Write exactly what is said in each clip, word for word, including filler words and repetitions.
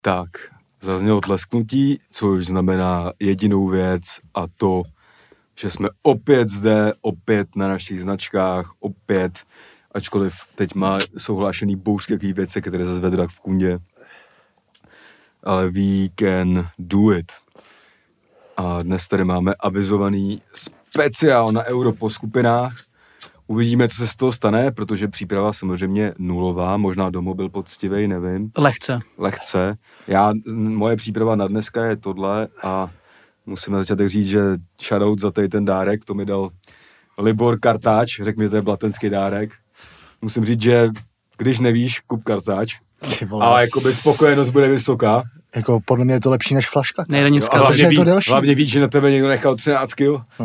Tak, zaznělo tlesknutí, což znamená jedinou věc a to, že jsme opět zde, opět na našich značkách, opět, ačkoliv teď má souhlášený bouřky, jaký věci, které zase vedrak v kundě. Ale we can do it. A dnes tady máme avizovaný speciál na Euro po skupinách. Uvidíme, co se z toho stane, protože příprava samozřejmě nulová, možná domů byl poctivej, nevím. Lehce. Lehce. Já, moje příprava na dneska je tohle a musím na začátek říct, že shoutout za tady ten dárek, to mi dal Libor Kartáč, řekl mi, že to je blatenský dárek. Musím říct, že když nevíš, kup Kartáč, ale jakoby spokojenost bude vysoká. Jako podle mě je to lepší než flaška. Nejde nic jo, hlavně, ví, je to delší. hlavně víš, že na tebe někdo nechal třináct kil. No.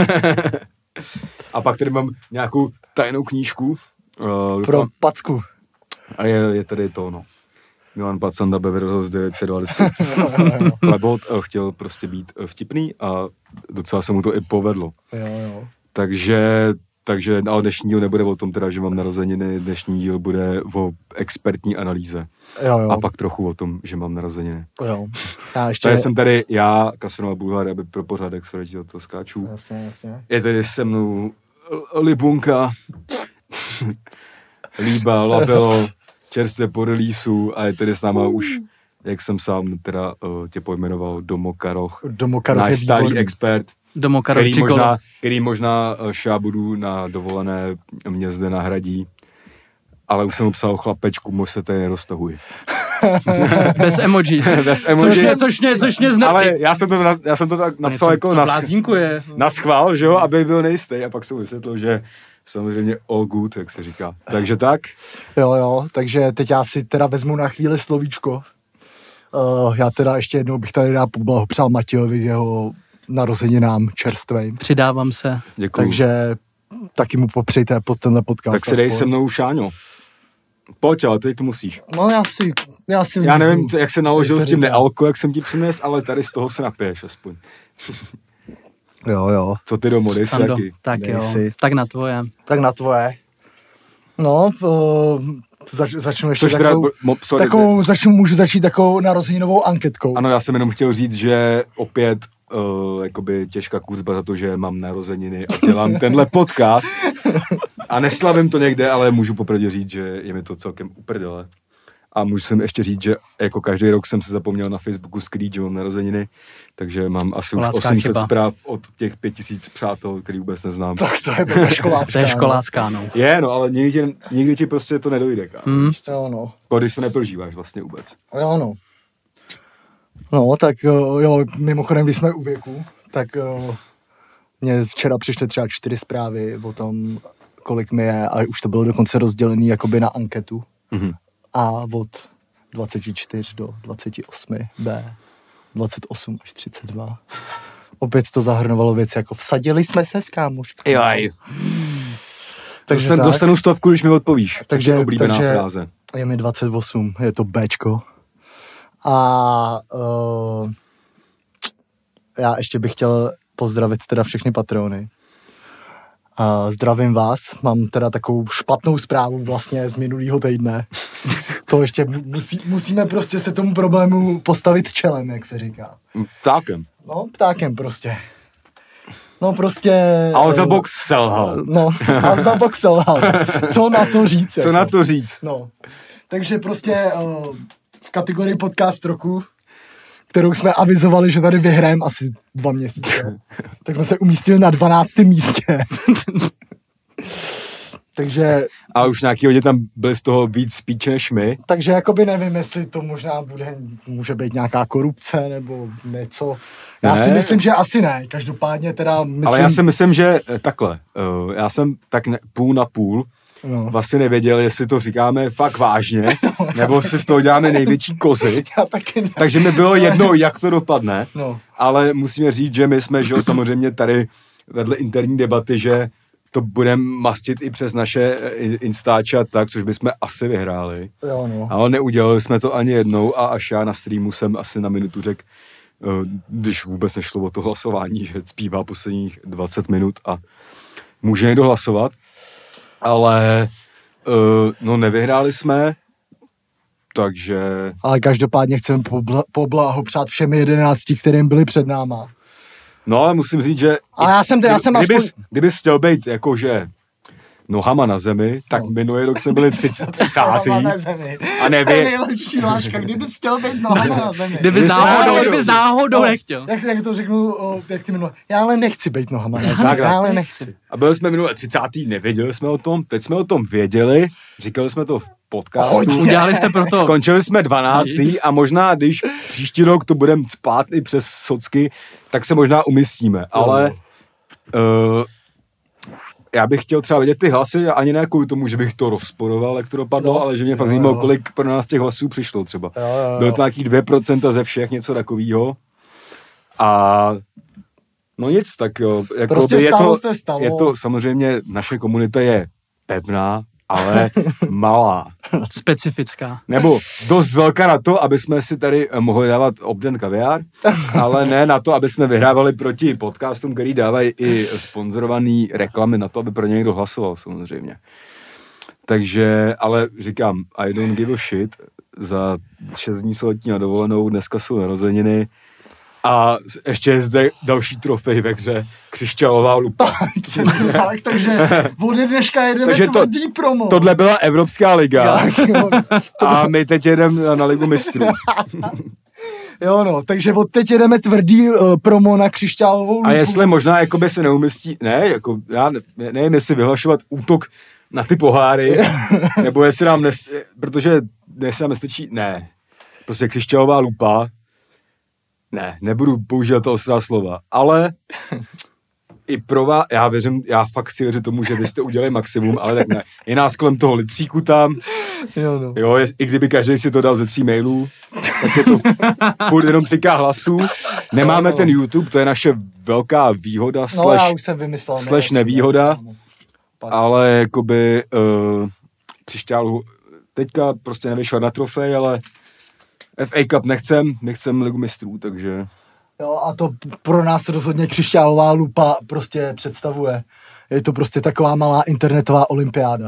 A pak tady mám nějakou tajnou knížku. Uh, Pro Packu. A je, je tady to, no. Milan Pacanda Beverly Hills devět set dvacet. Klebot chtěl prostě být vtipný a docela se mu to i povedlo. Jo, jo. Takže, takže ale dnešní díl nebude o tom teda, že mám narozeniny, dnešní díl bude o expertní analýze. Jo, jo. A pak trochu o tom, že mám narozeniny. Jo. Já ještě... Takže jsem tady já, Kasanova Bulhár, aby pro pořádek se do toho skáču. Jasně, jasně. Je tady se mnou Libunka, Líba, Labelo, čerstvě po releaseu a je tady s náma už, jak jsem sám teda uh, tě pojmenoval, Domo Karoch, Domo Karoch náš stálý expert, Domo Karoch který možná, který možná uh, šábudu na dovolené mě zde nahradí, ale už jsem psal chlapečku, mož se tady neroztahuji. Bez emojis. Bez emojis. Což mě, což mě, což mě znepí. Ale já jsem to, na, já jsem to tak napsal co, jako co na, je. na schvál, že jo, aby byl nejistý a pak jsem vysvětlil, že samozřejmě all good, jak se říká. Takže tak. Jo, jo, takže teď já si teda vezmu na chvíli slovíčko. Uh, já teda ještě jednou bych tady rád poblahopřál Matějovi jeho narozeninám čerstvým. Přidávám se. Děkuju. Takže taky mu popřejte pod tenhle podcast. Tak si dej se mnou Šáňo. Pojď, ale teď to musíš. No já si... Já, si já nevím, jak se naložil s tím říká. nealko, jak jsem ti přines, ale tady z toho se napiješ aspoň. Jo, jo. Co ty do mody, jaký? Tak Dej jo, si. tak na tvoje. Tak na tvoje. No, uh, zač, začnu ještě Což takovou, teda, mo, sorry, takovou začnu, můžu začít takovou narozeninovou anketkou. Ano, já jsem jenom chtěl říct, že opět uh, jakoby těžká kurzba za to, že mám narozeniny a dělám tenhle podcast a neslavím to někde, ale můžu popravdě říct, že je mi to celkem uprdele. A můžu jsem ještě říct, že jako každý rok jsem se zapomněl na Facebooku skrýt, že mám narozeniny, takže mám asi školácká už osm set chyba. zpráv od těch pět tisíc přátel, který vůbec neznám. Tak to je byla školácká. To je školácká, no. Je, no, ale někdy, někdy ti prostě to nedojde, kámo. Mm. Jo, no. Když to neprožíváš vlastně vůbec. Jo, no. No, tak jo, mimochodem, když jsme u věku, tak jo, mě včera přišly třeba čtyři zprávy o tom, kolik mi je, a už to bylo dokonce rozdělený jakoby na anketu. Mhm. A od dvacet čtyři do dvacet osm B, dvacet osm až třicet dva. Opět to zahrnovalo věci jako vsadili jsme se s kámoškou. Jaj. Takže Dostan, tak, dostanu stovku, když mi odpovíš. Takže- Takže, oblíbená takže- fráze. je mi dvacet osm, je to Bčko. A uh, já ještě bych chtěl pozdravit teda všechny patrony. Uh, zdravím vás, mám teda takovou špatnou zprávu vlastně z minulého týdne. To ještě musí, musíme prostě se tomu problému postavit čelem, jak se říká. Ptákem. No, ptákem prostě. No prostě... Alza Box selhal. No, Alza Box selhal. Co na to říct? Co jako? na to říct? No, takže prostě uh, v kategorii podcast roku, kterou jsme avizovali, že tady vyhrajeme asi dva měsíce, tak jsme se umístili na dvanáctém místě. takže, A už nějaký hodně tam byli z toho víc spíče než my. takže jakoby nevím, jestli to možná bude, může být nějaká korupce nebo něco. Já Ne. si myslím, že asi ne. Každopádně teda myslím... Ale já si myslím, že eh, takhle. Uh, já jsem tak ne, půl na půl No. vlastně nevěděl, jestli to říkáme fakt vážně, nebo si z toho děláme největší kozy. Já taky ne. Takže mi bylo jedno, jak to dopadne. No. Ale musíme říct, že my jsme, že jo, samozřejmě tady vedle interní debaty, že to budeme mastit i přes naše Instača tak, což bychom asi vyhráli. Jo, no. Ale neudělali jsme to ani jednou a až já na streamu jsem asi na minutu řekl, když vůbec nešlo o to hlasování, že zpívá posledních dvacet minut a může někdo hlasovat, ale no nevyhráli jsme, takže... Ale každopádně chceme pobla- poblahopřát všem jedenácti, kterým byli před náma. No ale musím říct, že... A já jsem, já jsem kdybys, aspoň... kdybys chtěl být jakože nohama na zemi, tak no. minulý rok jsme byli třicátý A nevy... To je nejlepší láška, kdybys chtěl být nohama na zemi. Kdybys náhodou, kdybys náhodou no, nechtěl. Jak, jak to řeknu, o, jak ty minulé. Já ale nechci být nohama na zemi, já ale nechci. A byli jsme minulé třicátý nevěděli jsme o tom, teď jsme o tom věděli, říkali jsme to v podcastu. Udělali jste proto. Skončili jsme dvanáctý a možná, když příští rok to budeme spát i přes socky, tak se možná umístíme, ale... Uh, já bych chtěl třeba vidět ty hlasy, ani ne kvůli tomu, že bych to rozporoval, jak to dopadlo, no, ale že mě fakt zajímalo, kolik pro nás těch hlasů přišlo třeba. Jo, jo, jo. Bylo to nějaký dvě procenta ze všech, něco takového. A no nic, tak jo. Jako prostě je stalo to, se stalo. Je to samozřejmě, naše komunita je pevná, ale malá. Specifická. Nebo dost velká na to, aby jsme si tady mohli dávat obden kaviár, ale ne na to, aby jsme vyhrávali proti podcastům, který dávají i sponzorovaný reklamy na to, aby pro ně někdo hlasoval samozřejmě. Takže, ale říkám, I don't give a shit, za šest dní se letí na dovolenou, dneska jsou narozeniny, a ještě je zde další trofej ve hře, křišťálová lupa. tak, takže ode dneška jedeme takže tvrdý to, promo. Tohle byla Evropská liga a my teď jedeme na ligu mistrů. Jo no, takže od teď jedeme tvrdý uh, promo na křišťálovou lupu. A jestli možná jakoby se neumístí, ne, jako já ne, nevím, jestli vyhlašovat útok na ty poháry, nebo jestli nám, nes, protože jestli nám nestačí, ne, prostě křišťálová lupa. Ne, nebudu používat to ostrá slova, ale i pro vás, já věřím, já fakt chci věřit tomu, že vy jste udělali maximum, ale tak ne. Je nás kolem toho litříku tam, jo, no. jo, je, i kdyby každý si to dal ze tří mailů, tak je to furt jenom třiká hlasů. Nemáme ten YouTube, to je naše velká výhoda, no, slash, já už jsem vymyslel, slash ne, nevýhoda, ale jakoby uh, křišťálu, teďka prostě nevyšla na trofej, ale F A Cup nechcem, nechcem ligu mistrů, takže... Jo, a to pro nás rozhodně křišťálová lupa prostě představuje. Je to prostě taková malá internetová olympiáda.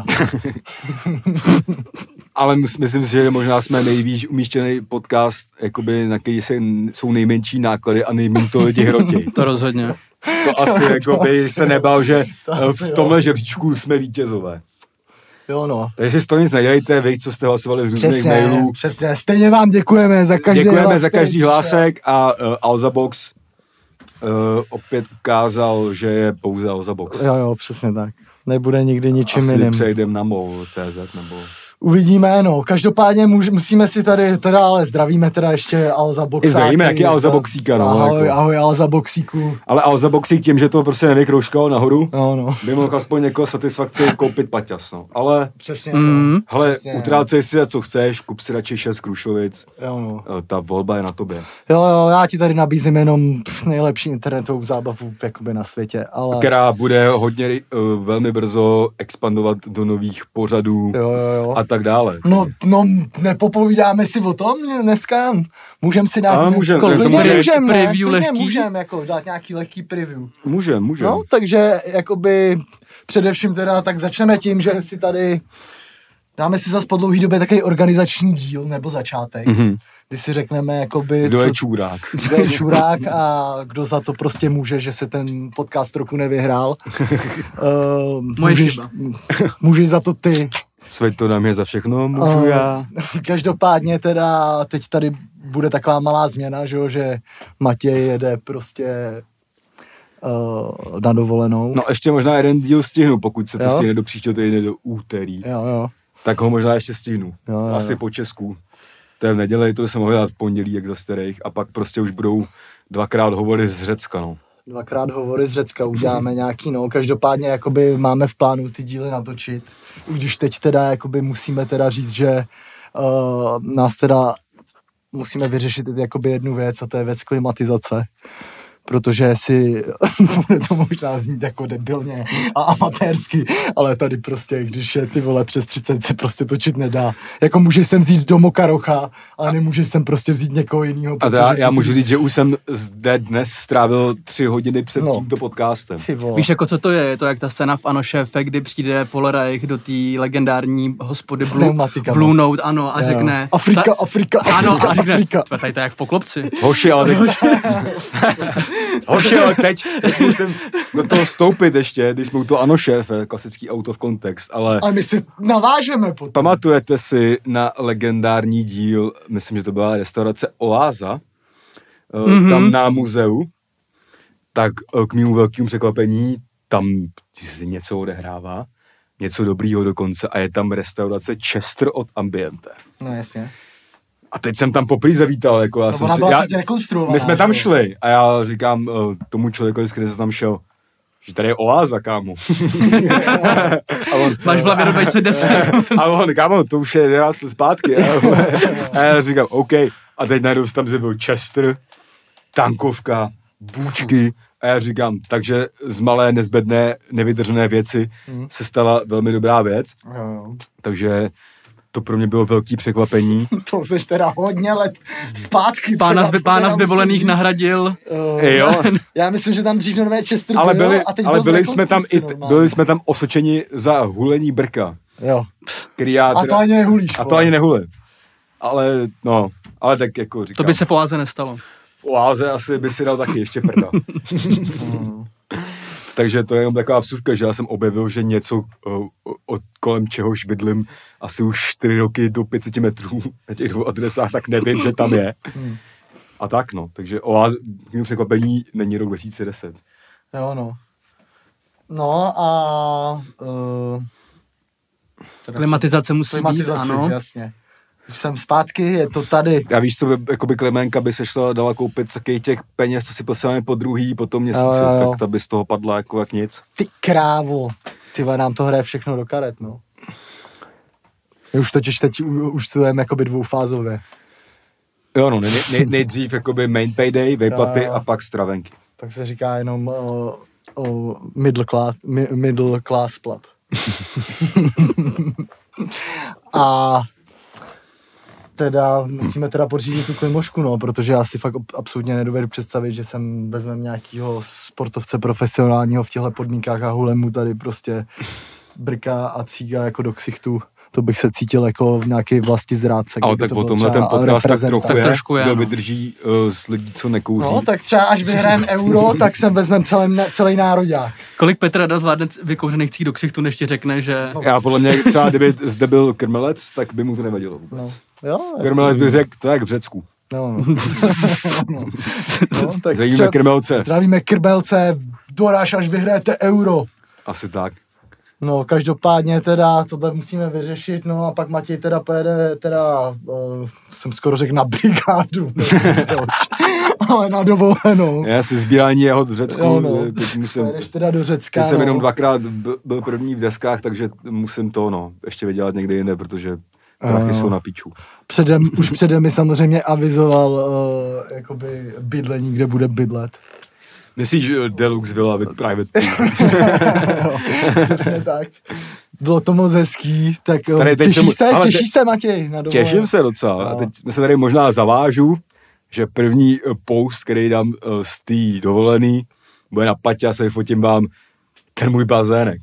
Ale myslím si, že možná jsme nejvíc umístěný podcast, jakoby, na který se, jsou nejmenší náklady a nejméně to lidi hrotějí. To rozhodně. To asi jo, jakoby, to se asi, nebál, že asi, v tomhle žebříčku jsme vítězové. Jo no. Takže si to nic nedělejte, vy, co jste hlasovali z různých přesně, mailů. Přesně, stejně vám děkujeme za každý Děkujeme hlas, za každý přišel. hlásek a uh, Alzabox uh, opět ukázal, že je pouze Alzabox. Jo, jo, přesně tak. Nebude nikdy ničím jiným. Asi přejdem na mol tečka cé zet nebo... Uvidíme, no. Každopádně můž, musíme si tady, teda ale zdravíme teda ještě Alza Boxáky. I zdravíme, jak je Alza Boxíka, no. Ahoj, jako. ahoj Alza Boxíku. Ale Alza Boxík tím, že to prostě nevykrouškal nahoru, no, no. by mohl aspoň někoho satisfakci koupit paťas, no. Ale, přesně, mm. no. hele, přesně, utrácej si, co chceš, kup si radši šest Krušovic. Jo, no. Ta volba je na tobě. Jo, jo, já ti tady nabízím jenom nejlepší internetovou zábavu jakoby na světě, ale... Která bude hodně uh, velmi brzo expandovat do nových pořadů jo, jo, jo. a tak dále. No, no, nepopovídáme si o tom dneska, můžem si dát... Ale můžem, kolik, to můžem, může, můžem, ne, preview klidně lehký. můžem jako dát nějaký lehký preview. Můžem, můžem. No, takže jakoby především teda tak začneme tím, že si tady dáme si zase po dlouhý době takový organizační díl nebo začátek, mm-hmm. kdy si řekneme jakoby... Kdo co, je čůrák. Kdo je čůrák a kdo za to prostě může, že se ten podcast roku nevyhrál. uh, Moje můžeš, chyba. můžeš za to ty. Svět to nám je za všechno, můžu Uh, já. Každopádně teda teď tady bude taková malá změna, že, jo, že Matěj jede prostě uh, na dovolenou. No ještě možná jeden díl stihnu, pokud se to Jo? si do příštího týdne do úterý. Jo, jo. Tak ho možná ještě stihnu. Jo, jo, Asi jo. po Česku. To je v neděli, to jsem mohl dát v pondělí, jak za starých. A pak prostě už budou dvakrát hovory z Řecka, no. Dvakrát hovory z Řecka uděláme nějaký, no, každopádně jakoby máme v plánu ty díly natočit, i když teď teda jakoby musíme teda říct, že uh, nás teda musíme vyřešit jakoby jednu věc a to je věc klimatizace, protože si, bude to možná znít jako debilně a amatérsky, ale tady prostě, když je ty vole přes třicet, se prostě točit nedá. Jako můžeš sem vzít do Mokarocha, ale nemůžeš sem prostě vzít někoho jiného. A já, já můžu říct, že už jsem zde dnes strávil tři hodiny před no. tímto podcastem. Víš, jako co to je? Je to jak ta scéna v Ano šéfe, kdy přijde Paul Reich do té legendární hospody Blue, Blue Note, ano, a jo. řekne... Afrika, ta, Afrika, Afrika, ano, a řekne, Afrika. Tady to je jak v Poklopci. Hoši, ale teď... Hoši, ale teď, teď musím do toho vstoupit ještě, když jsme u toho Ano šéfe, klasický out of context, ale... A my si navážeme potom. Pamatujete si na legendární díl, myslím, že to byla restaurace Oáza, mm-hmm. tam na muzeu, tak k mému velkému překvapení tam si něco odehrává, něco dobrýho dokonce a je tam restaurace Chester od Ambiente. No jasně. A teď jsem tam poprvé zavítal, jako já no, jsem si... Já, my jsme tam že? šli a já říkám uh, tomu člověku, když jsem tam šel, že tady je Oáza, kámo. a on, máš v hlavě do dvacet deset. A on, kámo, to už je jedenáct let zpátky. A já říkám, OK. A teď najednou tam byl Chester, tankovka, bůčky. A já říkám, takže z malé, nezbedné, nevydržené věci hmm. se stala velmi dobrá věc. Hmm. Takže to pro mě bylo velký překvapení. To seš teda hodně let zpátky. Pána, z, pána z vyvolených musím... nahradil. Uh, jo. Já myslím, že tam dřív normálně Chester ale byl byli, a teď ale byl byli jsme tam i, byli jsme tam osočeni za hulení brka. Jo. Já a to ani nehulíš. A to ani nehulím. Ale, no, ale tak jako říkám. To by se v Oáze nestalo. V Oáze asi by si dal taky ještě prda. Takže to je jenom taková vsuvka, že já jsem objevil, že něco, o, o, kolem čehož bydlím asi už čtyři roky do pět set metrů na těch dvou adresách, tak nevím, že tam je. A tak no, takže Oáze, k mému překvapení není rok dva tisíce deset. Jo no. No a... Uh, klimatizace musí klimatizace, být, ano. Jasně. Už jsem zpátky, je to tady. Já víš, co by, jakoby Klemenka by se šla dala koupit takových těch peněz, co si posíláme po druhý, po tom měsíci, jo, jo, jo. Tak ta by z toho padla jako jak nic. Ty krávo, ty nám to hraje všechno do karet, no. My už totiž teď účtujeme jakoby dvoufázově. Jo no, nej, nej, nejdřív jakoby main payday, výplaty jo, jo. A pak stravenky. Tak se říká jenom uh, uh, middle class, mi, middle class plat. A teda musíme teda podřídit tu klimošku, no, protože já si fakt absolutně nedovedu představit, že sem vezmeme nějakýho sportovce profesionálního v těchto podmínkách a hulem mu tady prostě brká a cíga jako do ksichtu. To bych se cítil jako v nějaké vlasti zrádce. Ale tak po tomhle ten podcast tak trochu tak je, trošku je, kdo no. vydrží uh, s lidí, co nekouří. No, tak třeba až vyhrajeme euro, tak sem vezmeme celý, celý národák. Kolik Petra zvládne vykouřených cích do ksichtu, než ti řekne, že... No. Já podle mě třeba, kdyby zde byl Krmelec, tak by mu to nevadilo vůbec. No. Jo, Krmelec by řekl, to je jak v Řecku. No, no. no. no tak zdravíme Krmelce. Zdravíme Krmelce, doráž, až vyhrajete euro. Asi tak. No, každopádně teda tohle musíme vyřešit, no a pak Matěj teda pojede, teda, uh, jsem skoro řekl na brigádu, nevím, ale na dovolenou. Já si sbírání jeho v Řecku, jo, no. teď musím, pojedeš teda do Řecka, teď jsem no. jenom dvakrát byl, byl první v deskách, takže musím to, no, ještě vydělat někde jinde, protože prachy jsou na píču. Předem, už předem mi samozřejmě avizoval, uh, jakoby bydlení, kde bude bydlet. Myslíš, že Deluxe Villa with private pool? No, přesně tak. Bylo to moc hezký, tak tady těší jsem, se, těší te, se Matěj. Na těším se docela. No. A teď se tady možná zavážu, že první post, který dám z té dovolený, bude na Patě a se vyfotím vám ten můj bazének.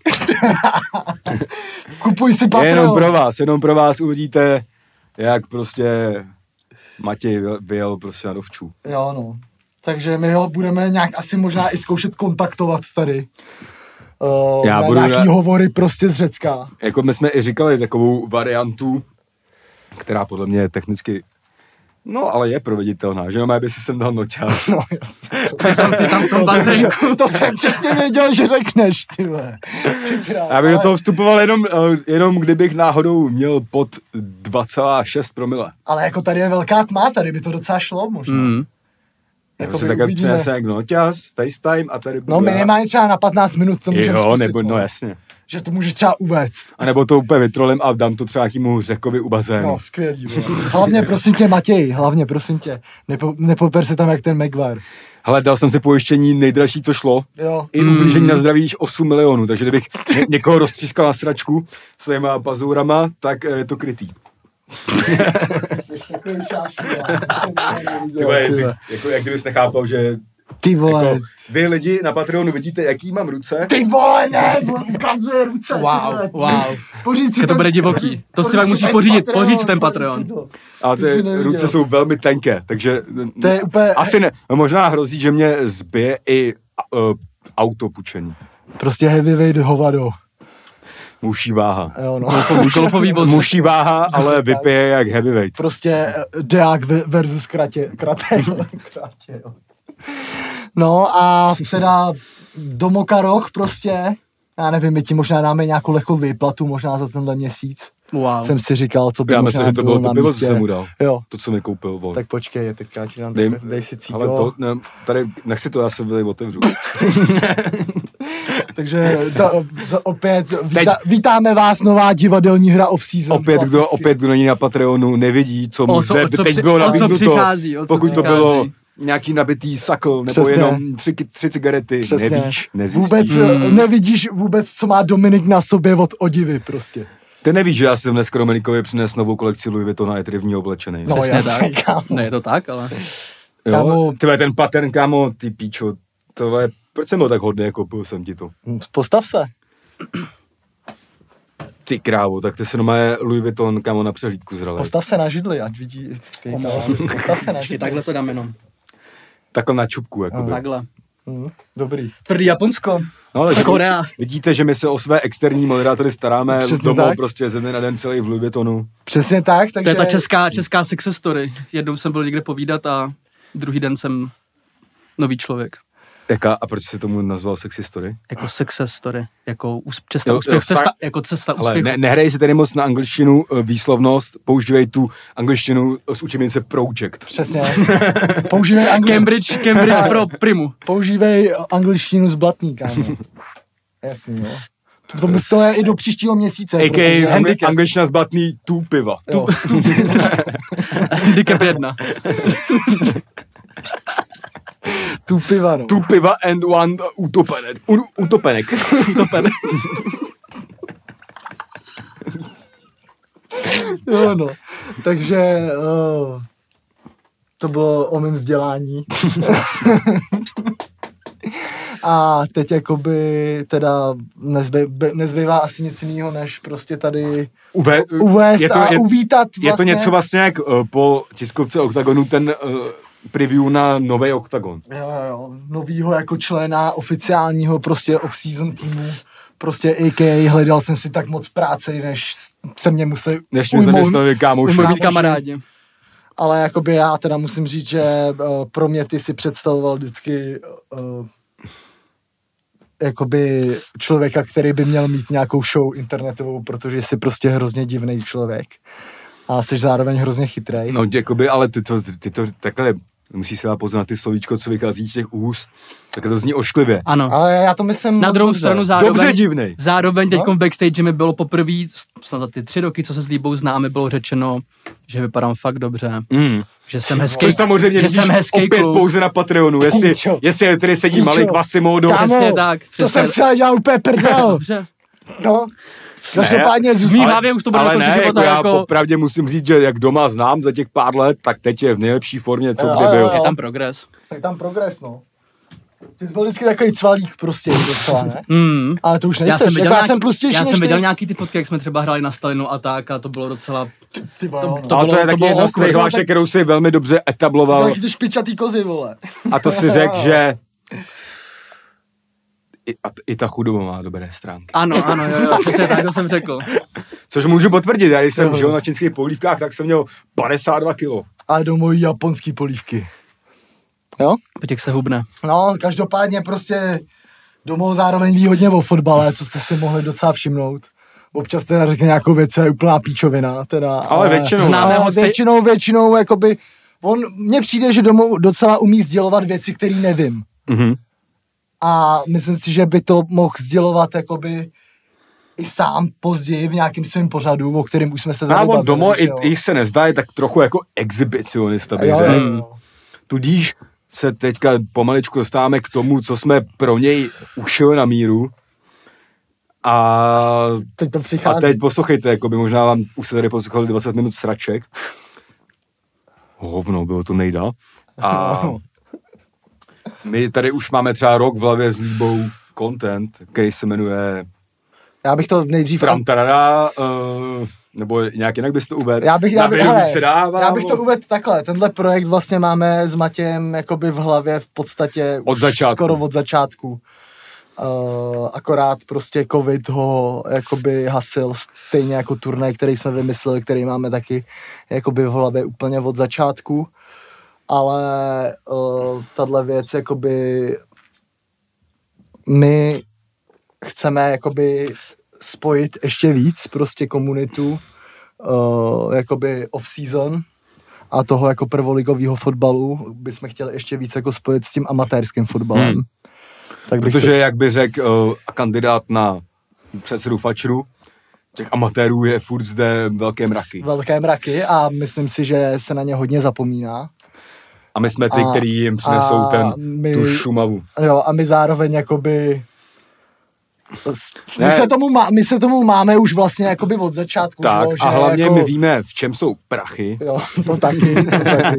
Kupuj si Patreon. Jenom pro vás, jenom pro vás uvidíte, jak prostě Matěj vyjel prostě na dovčů. Jo no. Takže my ho budeme nějak asi možná i zkoušet kontaktovat tady. Uh, Já na budu nějaký na... hovory prostě z Řecka. Jako my jsme i říkali takovou variantu, která podle mě je technicky, no ale je proveditelná, že no, by si sem dal noťas. No jasně. Ty tam, ty tam v tom bazénku. To jsem přesně věděl, že řekneš, ty vole. Ty král, Já bych ale... do toho vstupoval jenom, jenom kdybych náhodou měl pod dva celá šest promile. Ale jako tady je velká tma, tady by to docela šlo možná. Mm. Jako se takhle přinese jak noťas, FaceTime a tady... No minimálně třeba na patnáct minut to můžeme zkusit. Jo, nebo, no jasně. že to můžeš třeba uvést. A nebo to úplně vytrolím a dám to třeba jakýmu Řekovi u bazénu. No, skvělý. Vole. Hlavně prosím tě, Matěj, hlavně prosím tě, nepo, nepoper se tam jak ten Maguire. Hele, dal jsem si pojištění nejdražší, co šlo. Jo. I ublížení na zdraví již osm milionů, takže kdybych ně, někoho roztřískal na sračku svýma pazourama, tak je to krytý. Ty vole, ty, jako jak kdybys nechápal, že ty vole. Jako, vy lidi na Patreonu vidíte, jaký mám ruce. Ty vole, ne, ukazuje ruce. Wow, wow. Poříď si to ten, bude divoký. To si pak musíš pořídit, poříď si ten Patreon. A ty ruce jsou velmi tenké, takže to je úplně... asi ne. Možná hrozí, že mě zbije i uh, autopučení. Prostě heavyweight hovado. Muší váha. Jo, no. Golfový voz. Muší váha, ale vypije jak heavyweight. Prostě deák versus kratě. Kratě. Kratě, jo. No a teda do Mokaroch prostě, já nevím, my ti možná dáme nějakou lehkou výplatu, možná za tenhle měsíc. Wow. Jsem si říkal, to by já možná myslím, že to bylo na to pivo, místě. co jsem mu dal. Jo. To, co mi koupil, vol. Tak počkej, teďka já ti dám, dej, dej si cíko. Ale to, ne, tady, nech si to, já se tady otevřu. Takže ta, opět vítá, vítáme vás, nová divadelní hra off-season. Opět kdo, opět, kdo není na Patreonu, nevidí, co mu zde teď při, bylo nabídnuto. Pokud přichází. to bylo nějaký nabitý sakl, nebo přesně. Jenom tři, tři cigarety, přesně. Nevíš, nezjistíš. Vůbec hmm. nevidíš vůbec, co má Dominik na sobě od odivy prostě. Ty nevíš, že já jsem dnes Dominikovi přines novou kolekci Louis Vuittona, je tedy v ní oblečenej. No jasně, kámo. Ne, je to tak, ale... Jo, tyhle ten pattern, kámo, ty píčo, to je, proč jsem byl tak hodný, koupil jsem ti to. Postav se. Ty krávo, tak ty se doma je Louis Vuitton, kámo, na přehlídku zralej. Postav se na židli, ať vidí ty, kámo. Postav se na židli. Takhle to dám jenom. Takhle na čupku, jakoby. Takhle. Mm, dobrý. Tvrdý Japonsko. No, ale Korea. Vidíte, že my se o své externí moderátory staráme domů prostě ze dne na den celý v Louis Vuittonu. Přesně tak, takže... To je ta česká, česká success story. Jednou jsem byl někde povídat a druhý den jsem nový člověk. Jaká? A proč jsi tomu nazval sexy story? Jako success story. Jako cesta úspěchu. Cesta, jako cesta úspěchu. Ale ne, nehraj si tady moc na angličtinu výslovnost, používej tu angličtinu z učebnice Project. Přesně. Používej angličtinu. Cambridge, Cambridge pro primu. Používej angličtinu z blatný, kámo. Jasný, jo. To, to je i do příštího měsíce. A K A angli- angličtina z blatný tu piva. Tu, tu piva. Handicap jedna. Tu piva, no. Tu piva and one utopenek. Un, utopenek. Utopenek. Jo, no. Takže uh, to bylo o mém vzdělání. A teď jakoby teda nezbý, nezbývá asi nic jiného, než prostě tady Uve, uvést je to, a je, uvítat vlastně. Je to něco vlastně jak uh, po tiskovce Octagonu ten uh, preview na nový Octagon. Jo, jo, novýho jako člena oficiálního prostě off-season týmu. Prostě A K A hledal jsem si tak moc práce, než se mě musel než mě zaměstnali kámoši. Ujmout kamarádi. Ale jakoby já teda musím říct, že uh, pro mě ty si představoval vždycky uh, jakoby člověka, který by měl mít nějakou show internetovou, protože jsi prostě hrozně divný člověk. A jsi zároveň hrozně chytrej. No, jakoby, ale ty to, ty to takhle, musíš se dát pozor na ty slovíčko, co vychází z těch úst. Tak to zní ošklivě. Ano. Ale já to myslím... Na druhou stranu zároveň... Dobře divnej. Zároveň teďkom no? v backstage mi bylo poprvé, snad za ty tři roky, co se s Líbou známe, bylo řečeno, že vypadám fakt dobře. Mm. Že jsem hezký. Což samozřejmě že jsem hezký opět kluk. Pouze na Patreonu. Jestli, jestli tady sedí Kýčo. Malý Quasimodo. Přesně tak. Přesně. To jsem si ale dělal úplně prdel. Dobře. No. Každopádně v mý hlavě už to bude ale ne, života, jako já jako... popravdě musím říct, že jak doma znám za těch pár let, tak teď je v nejlepší formě, co jo, kdy byl. Jo, jo. Je tam progres. Je tam progres, no. Ty jsi byl vždycky takový cvalík prostě docela, ne? Mm. Ale to už nejseš, já jsem viděl, jako nějaký, já jsem plustější já než jsem viděl ty. nějaký ty fotky, jak jsme třeba hráli na Stalinu a tak a to bylo docela... Ty, ty to, to, to, ale bylo, to je taky jedna z těch hlášek, kterou si velmi dobře etabloval. To ty špičatý kozy, vole. A to si řekl, že I, a, i ta chudoba má dobré stránky. Ano, ano, jo, jo, přesně tak, to jsem řekl. Což můžu potvrdit, já když jsem žil na čínských polívkách, tak jsem měl padesát dva kilo. Ale do mojí japonský polívky. Jo? Petěk se hubne. No, každopádně prostě domů zároveň ví hodně o fotbale, co jste si mohli docela všimnout. Občas teda řekne nějakou věc, je úplná píčovina, teda. Ale, ale většinou. Ale většinou, většinou, jakoby, on, mně přijde, že domů docela umí sdělovat věci, které nevím. Mhm. A myslím si, že by to mohl sdělovat jakoby i sám později v nějakém svém pořadu, o kterém už jsme se tady bavili. On Domo, i, i se nezdá, je tak trochu jako exhibicionista, bych řekl. Tudíž se teďka pomaličku dostáváme k tomu, co jsme pro něj ušili na míru. A teď, to přichází. A teď poslouchejte, jako by možná vám už se tady poslouchali dvacet minut sraček. Hovno, bylo to nejda. A my tady už máme třeba rok v hlavě s Líbou content, který se jmenuje Já bych to nejdřív... Tramtarada, uh, nebo nějak jinak bys to uvedl. Já bych, já bych, hele, se dává, já bych to uvedl takhle. Tenhle projekt vlastně máme s Matějem jakoby v hlavě v podstatě od začátku. skoro od začátku. Uh, akorát prostě covid ho jakoby hasil stejně jako turnaj, který jsme vymysleli, který máme taky jakoby v hlavě úplně od začátku. Ale uh, tahle věc jakoby my chceme jakoby spojit ještě víc prostě komunitu uh, jakoby off-season a toho jako prvoligového fotbalu bychom chtěli ještě víc jako spojit s tím amatérským fotbalem. Hmm. Tak Protože, to... jak by řekl uh, kandidát na předsedu Fačru, těch amatérů je furt zde velké mraky. Velké mraky a myslím si, že se na ně hodně zapomíná. A my jsme ty, a, který jim přinesou ten, my, tu Šumavu. Jo, a my zároveň jakoby... My se, tomu má, my se tomu máme už vlastně jakoby od začátku. Tak že, a hlavně jako... my víme, v čem jsou prachy. Jo, to taky. To taky.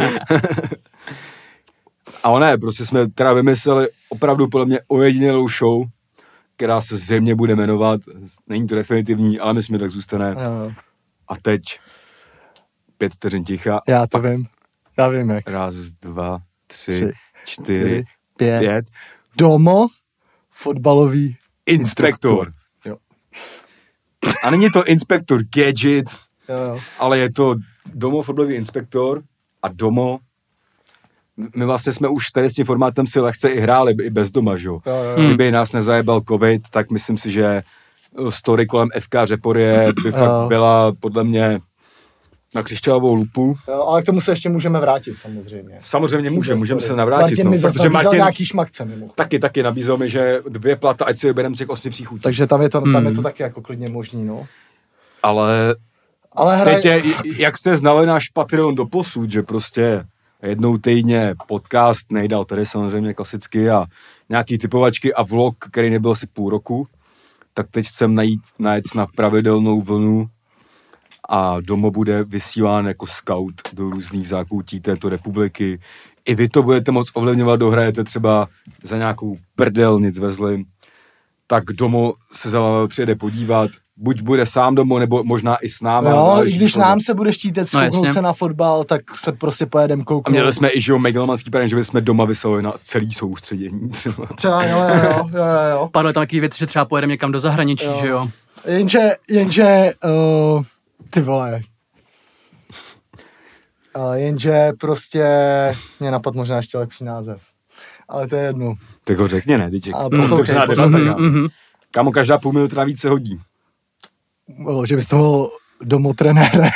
A ne, prostě jsme teda vymysleli opravdu podle mě ojedinělou show, která se zřejmě bude jmenovat, není to definitivní, ale myslím, že tak zůstane. Jo. A teď pět vteřin ticha. Já to vím, já vím jak. Raz, dva, tři, tři čtyři, čtyři pět. pět. Domo, fotbalový inspektor. Jo. A není to inspektor Gadget, jo, jo. ale je to Domo fotbalový inspektor a Domo. My vlastně jsme už tady s tím formátem si lehce i hráli, i bez doma, že jo. Kdyby nás nezajebal covid, tak myslím si, že story kolem F K Řeporie by fakt jo. byla podle mě na křišťálovou lupu. Jo, ale k tomu se ještě můžeme vrátit samozřejmě. Samozřejmě můžeme, můžeme se navrátit. Martin no, mi protože Martin nějaký šmakce mimo. Taky, taky nabízel mi, že dvě plata, ať si vybereme z těch osmi příchutí. Takže tam je to, tam je to taky jako klidně možný, no. Ale, ale hraj... teď je, jak jste znali náš Patreon doposud, že prostě jednou týdně podcast nejdal, tady samozřejmě klasicky a nějaký typovačky a vlog, který nebyl asi půl roku, tak teď chcem najít, najít na pravidelnou vlnu a Domo bude vysílán jako scout do různých zákoutí této republiky. I vy to budete moc ovlivňovat, dohrajete třeba za nějakou prdel nic vezli, tak Domo se za vámi přijede podívat, buď bude sám Domo, nebo možná i s náma. Jo, i když nám se bude štítet zkouknout no, se na fotbal, tak se prostě pojedem kouknout. A měli jsme i, že jo, megalomanský plán, že bychom doma vyslali na celý soustředění. Třeba, třeba jo, jo, jo, jo, jo. Padlo tam takový věc, že třeba pojedeme někam do zahraničí, jo. že jo. Jenže, jenže, uh, ty vole. Uh, jenže prostě, mě napadl možná ještě lepší název. Ale to je jedno. Tak ho řekně, ne, díček. Poslouchej, poslouchej. Kámo, každá půl minuty navíc se hodí. O, že bys to byl Domo trenére.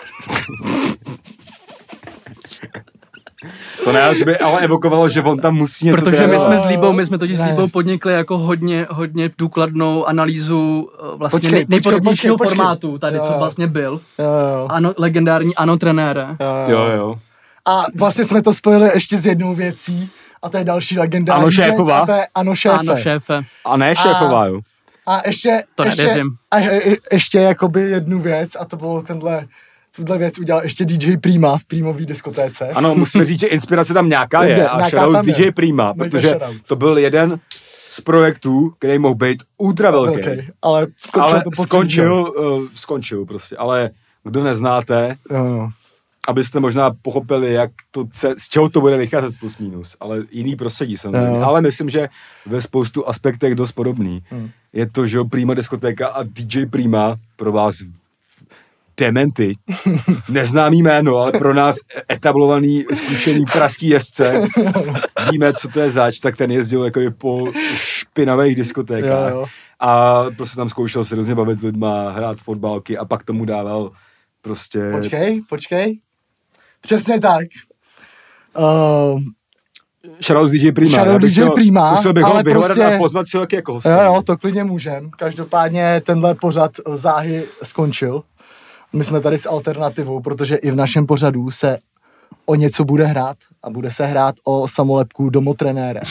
To ne, to by ale evokovalo, že on tam musí něco Protože trénovat. my jsme s Líbou, my jsme totiž s Líbou podnikli jako hodně, hodně důkladnou analýzu vlastně počkej, nej, nejpodobnějšího počkej, počkej. formátu tady, jo, co vlastně byl. Jo, jo. Ano, legendární Ano trenére. Jo, jo. jo. A vlastně jsme to spojili ještě s jednou věcí a to je další legendární ano, šéfová. věc a to je Ano šéfe. Ano šéfe. A ne šéfová, jo. A ještě, to ještě, a je, ještě jakoby jednu věc a to bylo tenhle, tuhle věc udělal ještě D J Prima v Prímový diskotéce. Ano, musíme říct, že inspirace tam nějaká je a shoutout D J Prima, protože to byl jeden z projektů, který mohl být ultra velký. Okay, ale skončil ale to po skončil, uh, skončil prostě, ale kdo neznáte, jo, jo. abyste možná pochopili, jak to, z čeho to bude vycházet plus minus, ale jiný prostředí samozřejmě. Jo. Ale myslím, že ve spoustu aspektech dost podobný. Hmm. Je to, že Prima diskotéka a D J Prima pro vás dementy, neznámý jméno, ale pro nás etablovaný, zkušený pražský jezdce, víme, co to je zač, tak ten jezdil jako po špinavých diskotékách. Jo, jo. A prostě tam zkoušel se různě bavit s lidma, hrát fotbalky a pak tomu dával prostě... Počkej, počkej. Přesně tak. Uh, Shoutout D J Prima. Shoutout D J Prima, Musel bych ale ho prostě... prostě... a pozvat si ho jako hosta. Jo, jo, to klidně můžem. Každopádně tenhle pořad záhy skončil. My jsme tady s alternativou, protože i v našem pořadu se o něco bude hrát a bude se hrát o samolepku domotrenéra.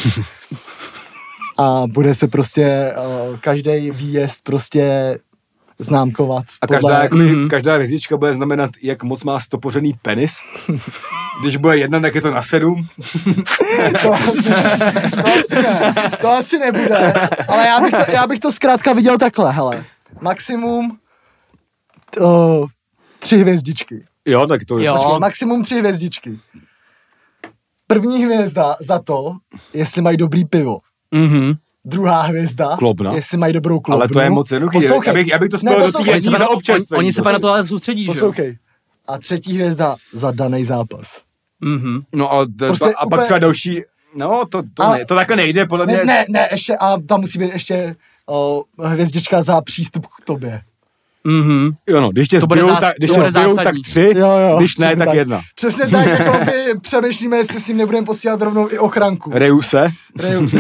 A bude se prostě uh, každý výjezd prostě známkovat. A podle... každá, jako, mm-hmm. každá hvězdička bude znamenat, jak moc má stopořený penis. Když bude jedna, tak je to na sedm. to, asi, to, asi ne, to asi nebude. Ale já bych to, já bych to zkrátka viděl takhle, hele. Maximum uh, tři hvězdičky. Jo, tak to je. Počkej, maximum tři hvězdičky. První hvězda za to, jestli mají dobrý pivo. Mhm. Druhá hvězda, Klobna. jestli mají dobrou klobnu. Ale to je moc jednoduchý. Já bych, já bych to spojil do té jední za občerstvení. Oni se pak na to ale soustředí, že? Poslouchej. A třetí hvězda za daný zápas. Mhm. No a, prostě a úplně... pak třeba další, no to, to, ale... ne, to takhle nejde, podle mě. Ne, ne, ne, ještě, a tam musí být ještě o, hvězdička za přístup k tobě. Mhm. Jo no, když tě zbijou, zás... tak, když tě zbijou, tak tři, jo, jo, když ne, tak, tak jedna. Přesně tak, jako my přemýšlíme, jestli si jim nebudeme posílat rovnou i ochranku. Reuse. Reuse.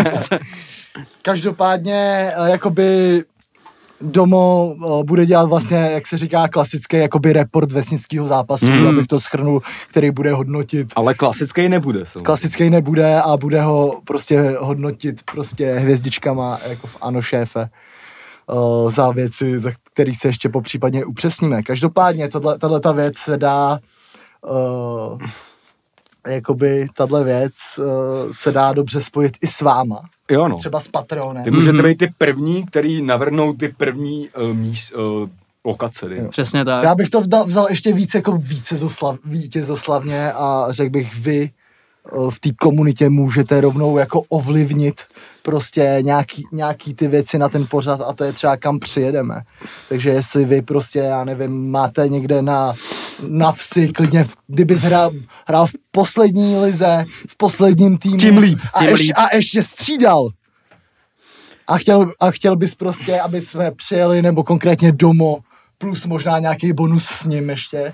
Každopádně, jakoby Domo bude dělat vlastně, jak se říká, klasický jakoby report vesnického zápasu, hmm. abych to shrnul, který bude hodnotit. Ale klasický nebude. Samozřejmě. Klasický nebude a bude ho prostě hodnotit prostě hvězdičkama, jako v Ano šéfe, uh, za věci, za který se ještě popřípadně upřesníme. Každopádně, tato věc se dá uh, jakoby tato věc uh, se dá dobře spojit i s váma. Jo no. Třeba s Patreonem. Vy můžete být ty první, který navrhnou ty první uh, míst, uh, lokace. Přesně tak. Já bych to vzal ještě víc jako vícezoslav, vítězoslavně a řekl bych, vy uh, v té komunitě můžete rovnou jako ovlivnit prostě nějaký, nějaký ty věci na ten pořad a to je třeba kam přijedeme. Takže jestli vy prostě, já nevím, máte někde na, na vsi, klidně, kdybys hrál, hrál v poslední lize, v posledním týmu. Tím líp. A, tím ještě, líp. a ještě střídal. A chtěl, a chtěl bys prostě, aby jsme přijeli, nebo konkrétně Domo, plus možná nějaký bonus s ním ještě.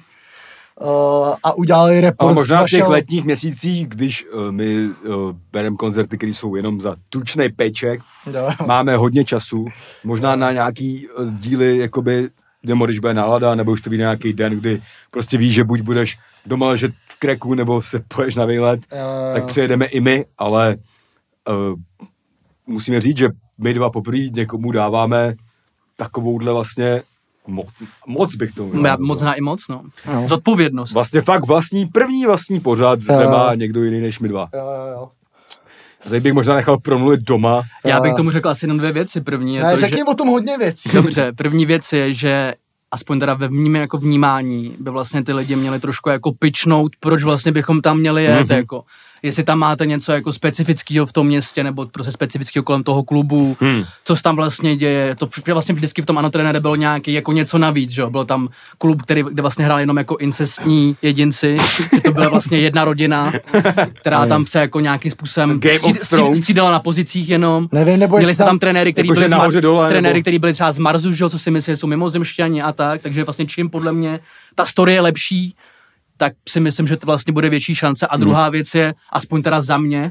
Uh, a udělali report. Ale možná v těch vašel... letních měsících, když uh, my uh, bereme koncerty, které jsou jenom za tučný peček, no. máme hodně času, možná na nějaký uh, díly, jakoby, demo, když bude nálada, nebo už to vyjde nějaký den, kdy prostě víš, že buď budeš doma ležet v kreku, nebo se poješ na výlet, jo, jo. tak přijedeme i my, ale uh, musíme říct, že my dva poprvé někomu dáváme takovouhle vlastně Mo- moc bych to Já moc zná i moc, no. no. Zodpovědnost. Vlastně fakt vlastní, první vlastní pořad zde má někdo jiný než my dva. Jo, jo, jo. Tady bych možná nechal promluvit doma. Já bych tomu řekl asi jenom dvě věci. První je ne, to, řekni že... o tom hodně věcí. Dobře, první věc je, že aspoň teda ve vnímání, jako vnímání by vlastně ty lidi měli trošku jako pitchnout, proč vlastně bychom tam měli jet, mm-hmm. jako jestli tam máte něco jako specifického v tom městě, nebo prostě specifického kolem toho klubu, hmm. co se tam vlastně děje, to vlastně vždycky v tom Ano trenére bylo nějaký jako něco navíc, že jo, byl tam klub, který, kde vlastně hrál jenom jako incestní jedinci, že to byla vlastně jedna rodina, která tam se jako nějakým způsobem střídala na pozicích jenom, nevím, nebo měli jste tam trenéry, který jako byli, nahoře, dole, trenéry, nebo... který byli třeba z Marsu, že jo, co si myslí, jsou mimozemšťani a tak, takže vlastně čím podle mě ta story je lepší, tak si myslím, že to vlastně bude větší šance. A druhá hmm. věc je, aspoň teda za mě,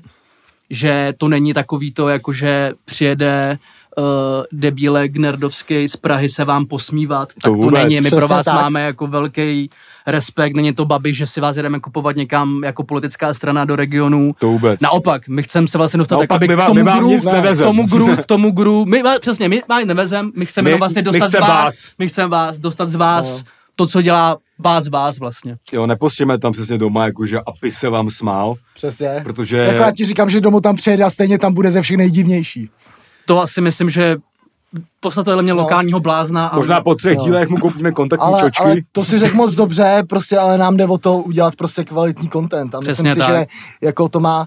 že to není takový to, jako že přijede uh, debílek nerdovský z Prahy se vám posmívat, tak to, to není. My pro vás tak. máme jako velký respekt, není to Babiš, že si vás jedeme kupovat někam jako politická strana do regionu. To vůbec. Naopak, my chceme se vlastně dostat Naopak, jakoby my k tomu vám gru, nic k tomu gru, k tomu gru, my přesně, my vás nevezem, my chceme my, vlastně dostat z vás, vás, my chceme vás dostat z vás, no. to, co dělá vás, vás vlastně. Jo, nepostříme tam přesně doma, jakože Api se vám smál. Přesně. Protože... Jako já ti říkám, že domů tam přijede a stejně tam bude ze všech nejdivnější. To asi myslím, že poslatele mě no. lokálního blázna. A... Možná po třech no. dílech mu koupíme kontaktní ale, čočky. Ale to si řekl moc dobře, prostě, ale nám jde o to udělat prostě kvalitní content. A myslím si, tak. že jako to má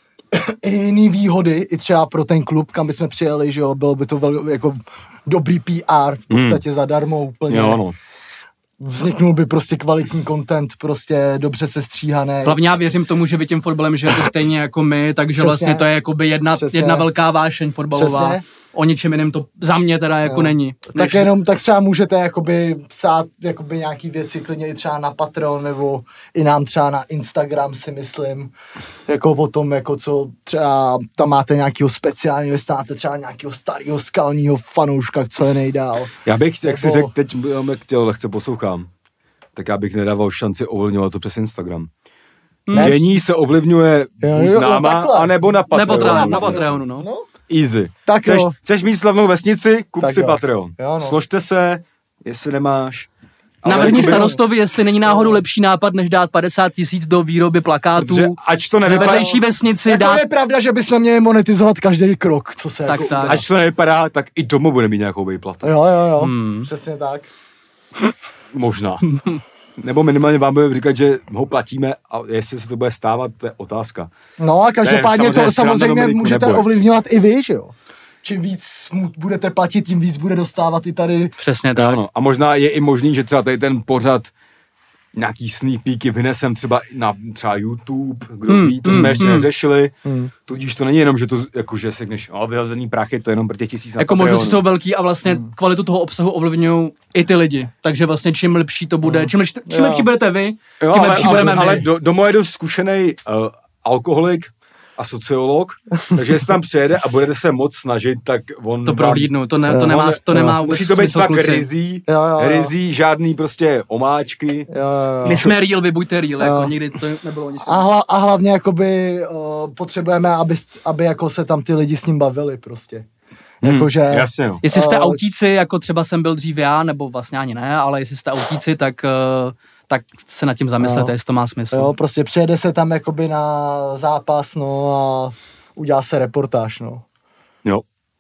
i jiný výhody, i třeba pro ten klub, kam bychom přijeli, že jo, bylo by to vel, jako dobrý P R, v podstatě hmm. zadarmo úplně. Jo, no. Vzniknul by prostě kvalitní content, prostě dobře sestříhaný. Hlavně já věřím tomu, že vy tím fotbalem žijete stejně jako my, takže Přesně. vlastně to je jakoby jedna, jedna velká vášeň fotbalová. Přesně. O ničem jiném to za mě teda jako jo. není. Tak Než... jenom, tak třeba můžete jakoby psát jakoby nějaký věci klidně i třeba na Patreon, nebo i nám třeba na Instagram, si myslím, jako o tom, jako co třeba tam máte nějakého speciálního, jestli máte třeba nějakého starého skalního fanouška, co je nejdál. Já bych, jak Nebo... si řekl, teď jak chtěl, lehce poslouchám, tak já bych nedával šanci ovlivňovat to přes Instagram. Ne, Dění se ovlivňuje jo, buď jo, náma, takhle. anebo na Patreonu. Nebo teda na Patreonu, no. no. Easy. Tak chceš, jo. chceš mít slavnou vesnici? Kup Tak si jo. Patreon. Jo, no. Složte se, jestli nemáš. Ale Navrhni jakoby- starostovi, jestli není náhodou lepší nápad, než dát padesát tisíc do výroby plakátů. Protože ač to Ve nevypadá, vedlejší vesnici Jako dát... je pravda, že bychom měli monetizovat každý krok, co se Tak, jako tak. udá. ač to nevypadá, tak i domů bude mít nějakou výplatu. Jo, jo, jo, Hmm. přesně tak. Možná. Nebo minimálně vám budeme říkat, že ho platíme a jestli se to bude stávat, to je otázka. No a každopádně Ne, to samozřejmě sranda samozřejmě Dominiku můžete nebude. ovlivňovat i vy, že jo? Čím víc mu budete platit, tím víc bude dostávat i tady. Přesně tak. Ano. A možná je i možný, že třeba tady ten pořad nějaký sneak peeky vynesem třeba na třeba YouTube, kdo Hmm, ví, to hmm, jsme ještě hmm. neřešili. Hmm. Tudíž to není jenom, že to jako, že si řekneš, o, vyhozený prachy, to je jenom pro těch tisíc na Jako Patreonu. možnosti jsou velký a vlastně hmm. kvalitu toho obsahu ovlivňují i ty lidi. Takže vlastně čím lepší to bude, čím lepší, čím Jo. lepší budete vy, Jo, tím ale, lepší ale, budeme ale my. do, Domo je dost zkušený uh, alkoholik a sociolog, takže jestli tam přijede a budete se moc snažit, tak on... To vám- prohlídnu, to, ne, to Jo. nemá, to nemá Jo. vůbec Musí to být smysl, fakt kluci. rizí, Jo, jo, jo. rizí, žádný prostě omáčky. Jo, jo, jo. My jsme real, vy buďte real, Jo. jako nikdy to nebylo nic. A, hla, a hlavně jakoby uh, potřebujeme, aby, aby jako se tam ty lidi s ním bavili prostě. Hmm, Jakože... jasně, no. Jestli jste Eh, autíci, jako třeba jsem byl dřív já, nebo vlastně ani ne, ale jestli jste autíci, tak, eh, tak se nad tím zamyslete, Jo. jestli to má smysl. Jo, prostě přijede se tam jakoby na zápas, no a udělá se reportáž, no. Jo.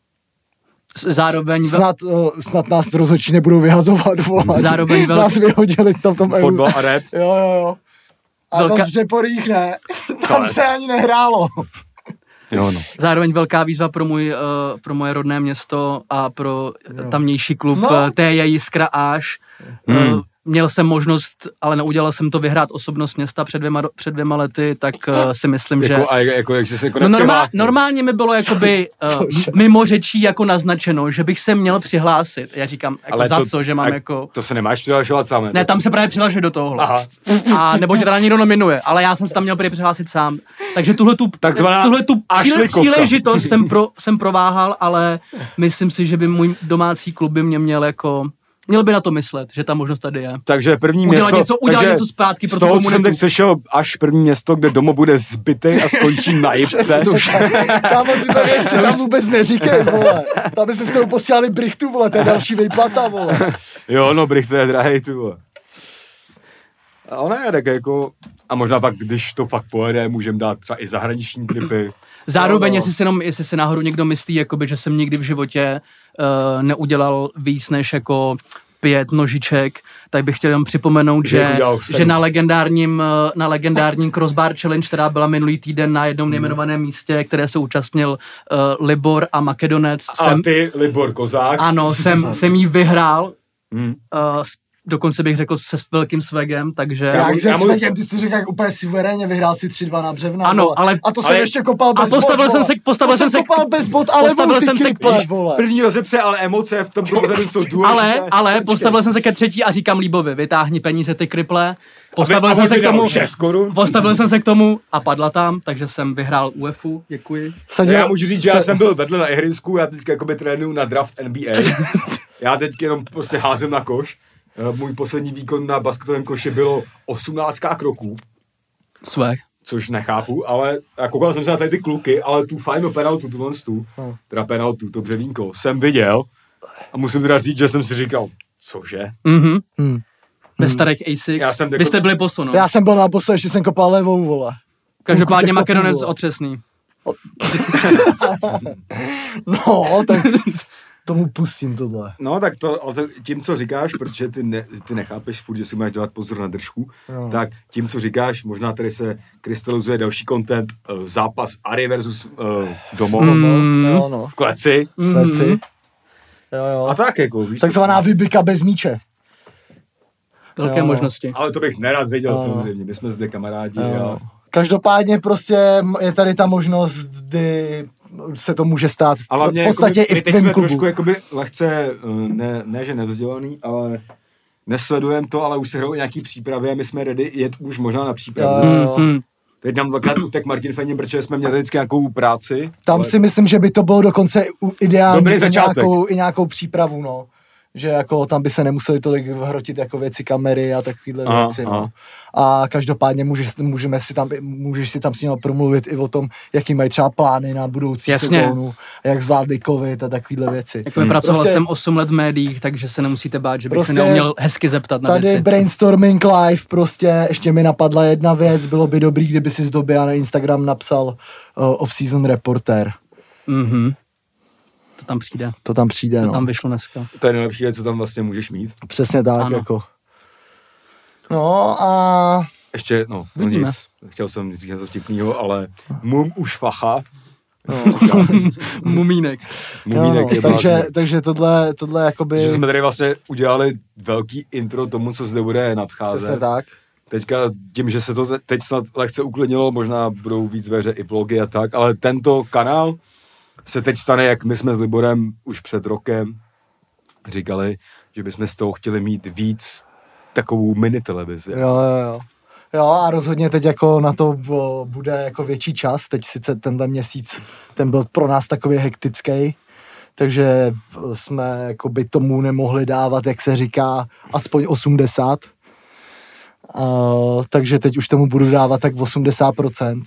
S- Zároveň, ve- Snad, uh, snad nás rozhodčí nebudou vyhazovat, vole. Zároveň velký- Nás vyhodili tam v tom euru. Fotbal a rap. Jo, jo, jo. A Velká- zase v Řeporích ne. Tam Co? se ani nehrálo. Jo, no. zároveň velká výzva pro, můj, uh, pro moje rodné město a pro Jo. tamnější klub No. no. T J Jiskra Až. Hmm. Uh, měl jsem možnost, ale neudělal jsem to, vyhrát osobnost města před dvěma, před dvěma lety, tak uh, si myslím, že... Jako, a jako, jak jsi se jako No normál, nepřihlásil. normálně mi bylo jakoby uh, mimo řečí jako naznačeno, že bych se měl přihlásit. Já říkám, jako Ale za to- co, že mám a jako... To se nemáš přihlašovat sám, Ne, tam se právě přihlašuje do tohohle. Aha. A nebo tě teda někdo nominuje, ale já jsem se tam měl prý přihlásit sám. Takže tuhle tu, Takzvaná tuhle tu Ašlikovka. příležitost jsem, pro, jsem prováhal, ale myslím si, že by můj domácí klub by mě měl jako... Měl by na to myslet, že ta možnost tady je. Takže první Udělat město... něco- udělat takže něco zpátky pro z tu toho, co jsem komunitu. teď slyšel, až první město, kde Domo bude zbytej a skončí na jibce. Kámo, tyto věci tam vůbec neříkej, vole. Tam bychom s tou posílali brichtu, vole, to je další výplata, vole. Jo, no, Brych, to je drahej, tu vole. A ono je tak jako... A možná pak, když to fakt pojede, můžeme dát třeba i zahraniční tripy. Zároveň, No, no. jestli si, jenom, jestli si náhodou někdo myslí, jakoby, že jsem nikdy v životě uh, neudělal víc než jako pět nožiček, tak bych chtěl jenom připomenout, Že jich že, udělal sedm. že na legendárním, eh, na legendárním Crossbar Challenge, která byla minulý týden na jednom nejmenovaném místě, které se účastnil uh, Libor a Makedonec, A jsem, ty, Libor Kozák. ano, jsem, jsem jí vyhrál, Hmm. uh, dokonce bych řekl se velkým swagem, takže... Já Jak mu- se já mu- Svekem, ty jsi řekl jak úplně suverénně, vyhrál si tři dva na břevna, Ano, vole. ale- A to jsem ale- ještě kopal bez a postavil bod, jsem vole. se- postavil to jsem se- kopal bez bod, ale postavil jsem se k- kriple, vole. První rozepře, ale emoce v tom pořadu jsou důležité. Ale, ale postavil jsem se ke třetí a říkám Líbovi, vytáhni peníze ty kriple. Postavil Aby- jsem aby se k vydal tomu, šest korun. postavil jsem se k tomu a padla tam, takže jsem vyhrál U E F U, děkuji. Vsadil- Já můžu říct, že já se- jsem byl vedle na ihrisku, já teďka jakoby trénuju na draft N B A. Já teď jenom prostě házím na koš. Eh, Můj poslední výkon na basketovém koši bylo osmnáct kroků, Swag. což nechápu, ale a koukal jsem se na tady ty kluky, ale tu final penaltu, tuhle tu, Hmm. teda penaltu, to břevínko, jsem viděl a musím teda říct, že jsem si říkal, cože? Mhm. Hmm. Ve starých A šest. Já jsem Vy jako- jste byli posun, no. Já jsem byl naposled, ještě jsem kopal levou, vole. Každopádně Půlku těch Makedonec topů, otřesný. No, tak tomu pustím tohle. No tak to, ale to, tím, co říkáš, protože ty, ne, ty nechápeš furt, že si máš dělat pozor na držku, No. tak tím, co říkáš, možná tady se krystalizuje další content, uh, zápas Ari versus uh, Domo Mm. Jo, no. v kleci. Kleci. Mhm. Jo, jo. A tak jako, víš. Takzvaná vybika bez míče. Velké Jo. možnosti. Ale to bych nerad věděl, Jo. samozřejmě, my jsme zde kamarádi Jo. a Každopádně prostě je tady ta možnost, kdy se to může stát v ale mě, podstatě jakoby, i v teď tvém jsme klubu. trošku jakoby lehce, ne, ne že nevzdělaný, ale nesledujeme to, ale už se hrajou nějaký přípravy a my jsme ready jet už možná na přípravu. Jo, jo. Hmm. Teď nám dvakrát utek Martin Fenin, protože jsme měli vždycky nějakou práci. Tam ale... si myslím, že by to bylo dokonce u- ideální Dobrý i začátek. nějakou, i nějakou přípravu, no. Že jako tam by se nemuseli tolik hrotit jako věci kamery a takovýhle Aha, věci, no. aha. A každopádně můžeš, můžeme si tam, můžeš si tam s nimi promluvit i o tom, jaký mají třeba plány na budoucí Jasně. sezónu, jak zvládli covid a takovýhle věci. Jako pracoval Prostě- jsem osm let v médiích, takže se nemusíte bát, že bych Prostě se neuměl hezky zeptat na Tady věci. brainstorming live, prostě ještě mi napadla jedna věc, bylo by dobrý, kdyby si z doby na Instagram napsal uh, off-season reporter. Mhm. To tam přijde. To tam přijde, To no. tam vyšlo dneska. To je nejlepší věc, co tam vlastně můžeš mít. Přesně tak, Ano. jako. No a... Ještě, no, no Vidíme. nic. Chtěl jsem říct něco vtipnýho, ale mum už facha. No. Mumínek. Mumínek jo, je no, takže, blázen. takže tohle, tohle jakoby... Takže jsme tady vlastně udělali velký intro tomu, co zde bude nadcházet. Přesně tak. Teďka tím, že se to te- teď snad lehce uklidnilo, možná budou víc ve hře i vlogy a tak, ale tento kanál se teď stane, jak my jsme s Liborem už před rokem říkali, že bychom z toho chtěli mít víc takovou mini televizi. Jo, jo, jo. Jo a rozhodně teď jako na to o, bude jako větší čas, teď sice tenhle měsíc, ten byl pro nás takový hektický, takže jsme jako by tomu nemohli dávat, jak se říká, aspoň osmdesát. Uh, takže teď už tomu budu dávat tak osmdesát procent.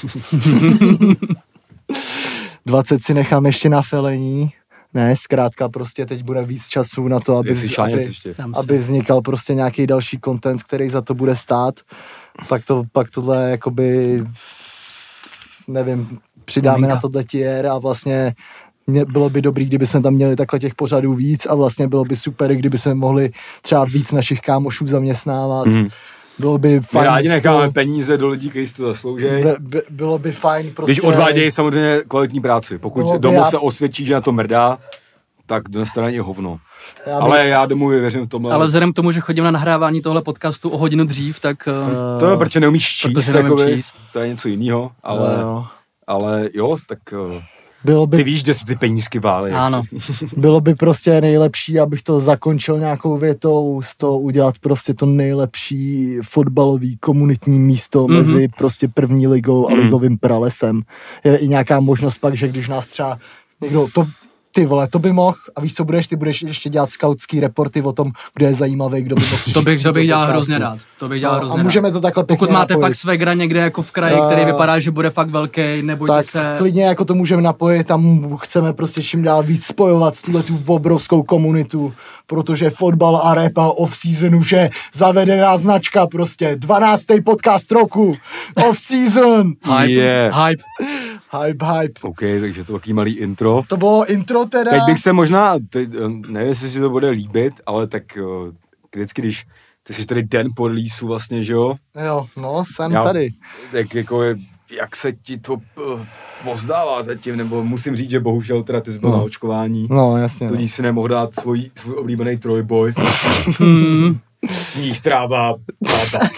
dvacet si nechám ještě na felení. Ne, zkrátka prostě teď bude víc času na to, aby, Jestli vz, šáněc aby, ještě. Tam se. aby vznikal prostě nějaký další content, který za to bude stát. Pak, to, pak tohle jakoby, nevím, přidáme Maminka. na tohle tier a vlastně mě, bylo by dobrý, kdyby jsme tam měli takhle těch pořadů víc a vlastně bylo by super, kdyby jsme mohli třeba víc našich kámošů zaměstnávat. Mhm. Bylo by My fajn. rádi z necháme toho- peníze do lidí, kteří si to zaslouží. by, by, bylo by fajn prostě... Když odvádějí samozřejmě kvalitní práci. Pokud Bylo by domů já- se osvědčí, že na to mrdá, tak dostane i hovno. Já bych- Ale já domů věřím v tomhle. Ale vzhledem k tomu, že chodím na nahrávání tohle podcastu o hodinu dřív, tak uh, To je, protože neumíš číst, Protože neumím takový, číst. to je něco jiného, ale, Jo, jo. ale jo, tak uh, Bylo ty by, víš, kde se ty penízky válí. ano. bylo by prostě nejlepší, abych to zakončil nějakou větou, z toho udělat prostě to nejlepší fotbalový komunitní místo Mhm. mm-hmm. mezi prostě první ligou a Mhm. ligovým pralesem. Je i nějaká možnost pak, že když nás třeba někdo, to, ty vole, to by mohl, a víš co budeš, ty budeš ještě dělat skautský reporty o tom, kdo je zajímavý, kdo by mohl To bych, to bych dělal podcastu. hrozně rád. To bych dělal No, hrozně a můžeme rád. to takhle Pokud pěkně máte napojit. fakt Svegra někde jako v kraji, Jo, který jo. vypadá, že bude fakt velký, nebojte Tak se. klidně jako to můžeme napojit, tam chceme prostě čím dál víc spojovat tuhle tu obrovskou komunitu, protože fotbal a rap a off-season už je zavedená značka prostě, dvanáctý podcast roku, off-season, Hype, Yeah. hype. hype, hype. OK, takže to takový malý intro. To bylo intro teda. Teď bych se možná, teď, eh, nevím, jestli si to bude líbit, ale tak eh, vždycky, když ty jsi tady den po releaseu vlastně, že jo? Jo, no, jsem Já- tady. Tak jako, je- jak se ti to eh, pozdává zatím, nebo musím říct, že bohužel teda ty jsi byl No. na očkování. No, jasně. Tudíž si nemohl dát svůj, svůj oblíbený trojboj. Hmm. Sníh, tráva, táta.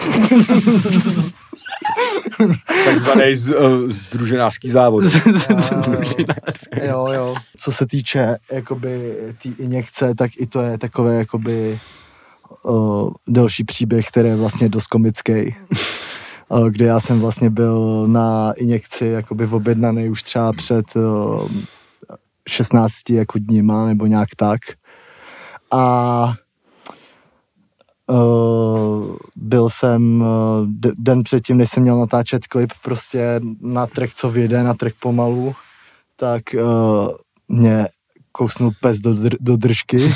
Takzvaný z, uh, združenářský závod. Jo, jo. Co se týče jakoby té injekce, tak i to je takové jakoby uh, další příběh, který je vlastně dost komický. Uh, kde já jsem vlastně byl na injekci jakoby objednaný už třeba před uh, šestnácti jako dníma nebo nějak tak. A Uh, byl jsem uh, d- den předtím, než jsem měl natáčet klip prostě na track, co vyjde, na track pomalu, tak uh, mě kousnul pes do, dr- do držky.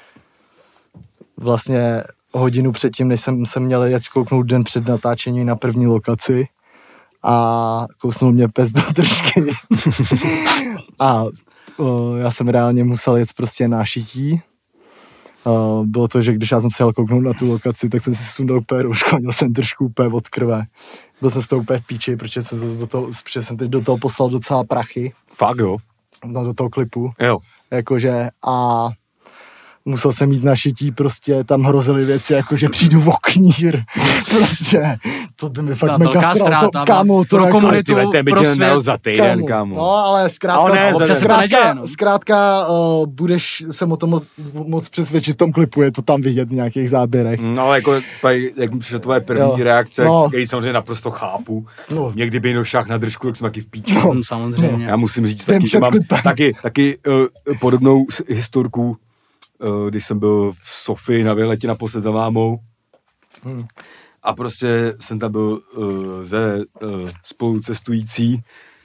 Vlastně hodinu předtím, než jsem se měl jet zkouknout den před natáčením na první lokaci a kousnul mě pes do držky. A uh, já jsem reálně musel jet prostě na šití. Uh, bylo to, že když já jsem se jel kouknout na tu lokaci, tak jsem si sundal úplně roušku a měl jsem držku úplně od krve. Byl jsem z toho úplně v píči, protože jsem, zase do toho, protože jsem teď do toho poslal docela prachy, Fakt jo. no, do toho klipu, Jo. jakože a musel jsem jít na šití, prostě tam hrozily věci, jakože přijdu v oknír, prostě to by mi fakt Byla mega velká sral, ztráta, to, kámo, to pro jako, komunitu, Ty ten by pro tě svět. nenal za týden, kámo. No, ale zkrátka, Ale ne, ale za den. zkrátka, neděje, no. zkrátka uh, budeš se o tom moc, moc přesvědčit v tom klipu, je to tam vidět v nějakých záběrech. No, ale jako, jak že tvoje první Jo. reakce, No. který samozřejmě naprosto chápu. No. Někdy by jen šach na držku, jak jsme taky v píči. No. Hm, Samozřejmě. Já musím říct Ten taky, že mám předklip. taky, taky uh, podobnou s- historku, uh, když jsem byl v Sofii na výletě naposled za mámou. Hmm. A prostě jsem tam byl uh, ze uh, spolucestující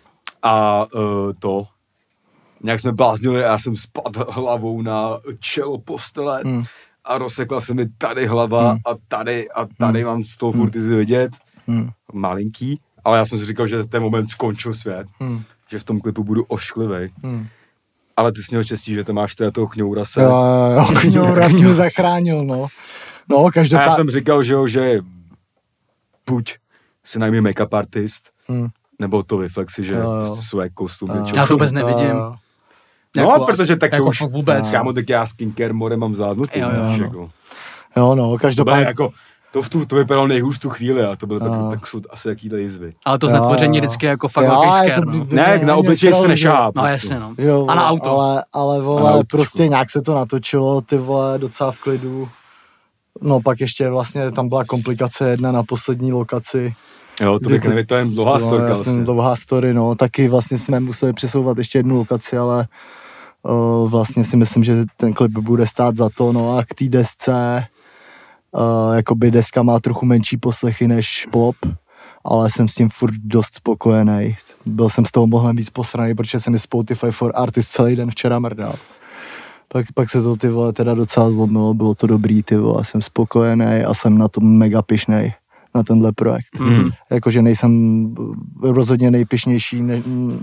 a uh, to, nějak jsme bláznili a já jsem spadl hlavou na čelo postele Hmm. a rozsekla se mi tady hlava Hmm. a tady a tady mám z toho furt ty vidět, Hmm. malinký, ale já jsem si říkal, že ten moment skončil svět, Hmm. že v tom klipu budu ošklivej. Hmm. Ale ty jsi měl štěstí, že ty máš teda toho kňoura se. Jo, jo, jo, kňoura jsi mě zachránil, no. No, A já každopádně. jsem říkal, že jo, že buď si najmi make-up artist, Hmm. nebo to vyflexi, že Jo, jo. prostě své kostumy. Jo. čo- Já to vůbec nevidím. Jo, No, Jako protože asi- tak to jako už fakt vůbec. Kámo, tak já skincare more mám zvládnutý. Jo, jo, víš, no. jako. jo, no, To bylo každopádně. jako, to, v tu, to vypadalo nejhůř tu chvíli a to bylo tak, Jo. tak jsou asi jakýhle jizvy. Ale to Jo, znetvoření jo. vždycky jako fakt Jo, velký je to scare, no. by- Ne, Ani na obličej se nesral, nešahá. No prostě. jasně, no. Jo, A na auto. Ale, ale A na vole, autičku. prostě nějak se to natočilo, ty vole, docela v klidu. No pak ještě vlastně tam byla komplikace jedna na poslední lokaci. Jo, to Kdy bych to- nevím, to je jen dlouhá No, storka jasně, vlastně. dlouhá story, no. Taky vlastně jsme museli přesouvat ještě jednu lokaci, ale uh, vlastně si myslím, že ten klip bude stát za to, no a k té desce, uh, jakoby deska má trochu menší poslechy než pop, ale jsem s tím furt dost spokojený. Byl jsem z toho mohl víc posraný, protože se mi Spotify for Artists celý den včera mrdal. Pak, pak se to ty vole teda docela zlomilo, bylo to dobrý, ty vole, jsem spokojený a jsem na tom mega pyšnej, na tenhle projekt. Mhm. Jakože nejsem rozhodně nejpyšnější ne,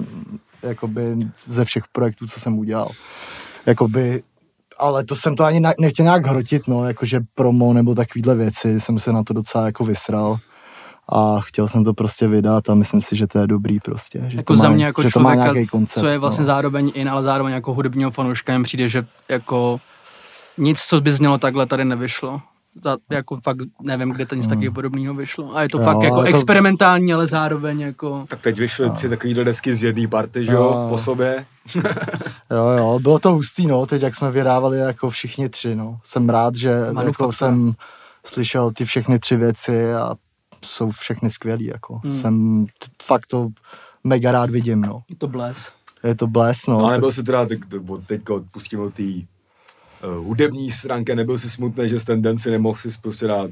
jakoby ze všech projektů, co jsem udělal. Jakoby, ale to jsem to ani na, nechtěl nějak hrotit, no, jakože promo nebo takovýhle věci, jsem se na to docela jako vysral a chtěl jsem to prostě vydat a myslím si, že to je dobrý prostě. Že Jako to za má, mě jako že to má člověka, nějaký koncept. co je vlastně no. zároveň in, ale zároveň jako hudebního fanouška, mi přijde, že jako nic, co by znělo takhle, tady nevyšlo. Za, jako fakt nevím, kde to nic takového podobného vyšlo. A je to Jo, fakt jako ale to- experimentální, ale zároveň jako... Tak teď vyšly tři takovýhle desky z jedné party, že Jo. jo, po sobě. Jo, jo, bylo to hustý, no, teď jak jsme vydávali jako všichni tři, no. Jsem rád, že jako Manufaktura. jsem slyšel ty všechny tři věci a jsou všechny skvělý, jako. Hmm. Jsem t- fakt to mega rád vidím, no. Je to bles. Je to bles, no. No, a to- nebyl si teda, teď, teďka odpustím od té uh, hudební stránky, nebyl si smutný, že z ten den si nemohl si prostě dát.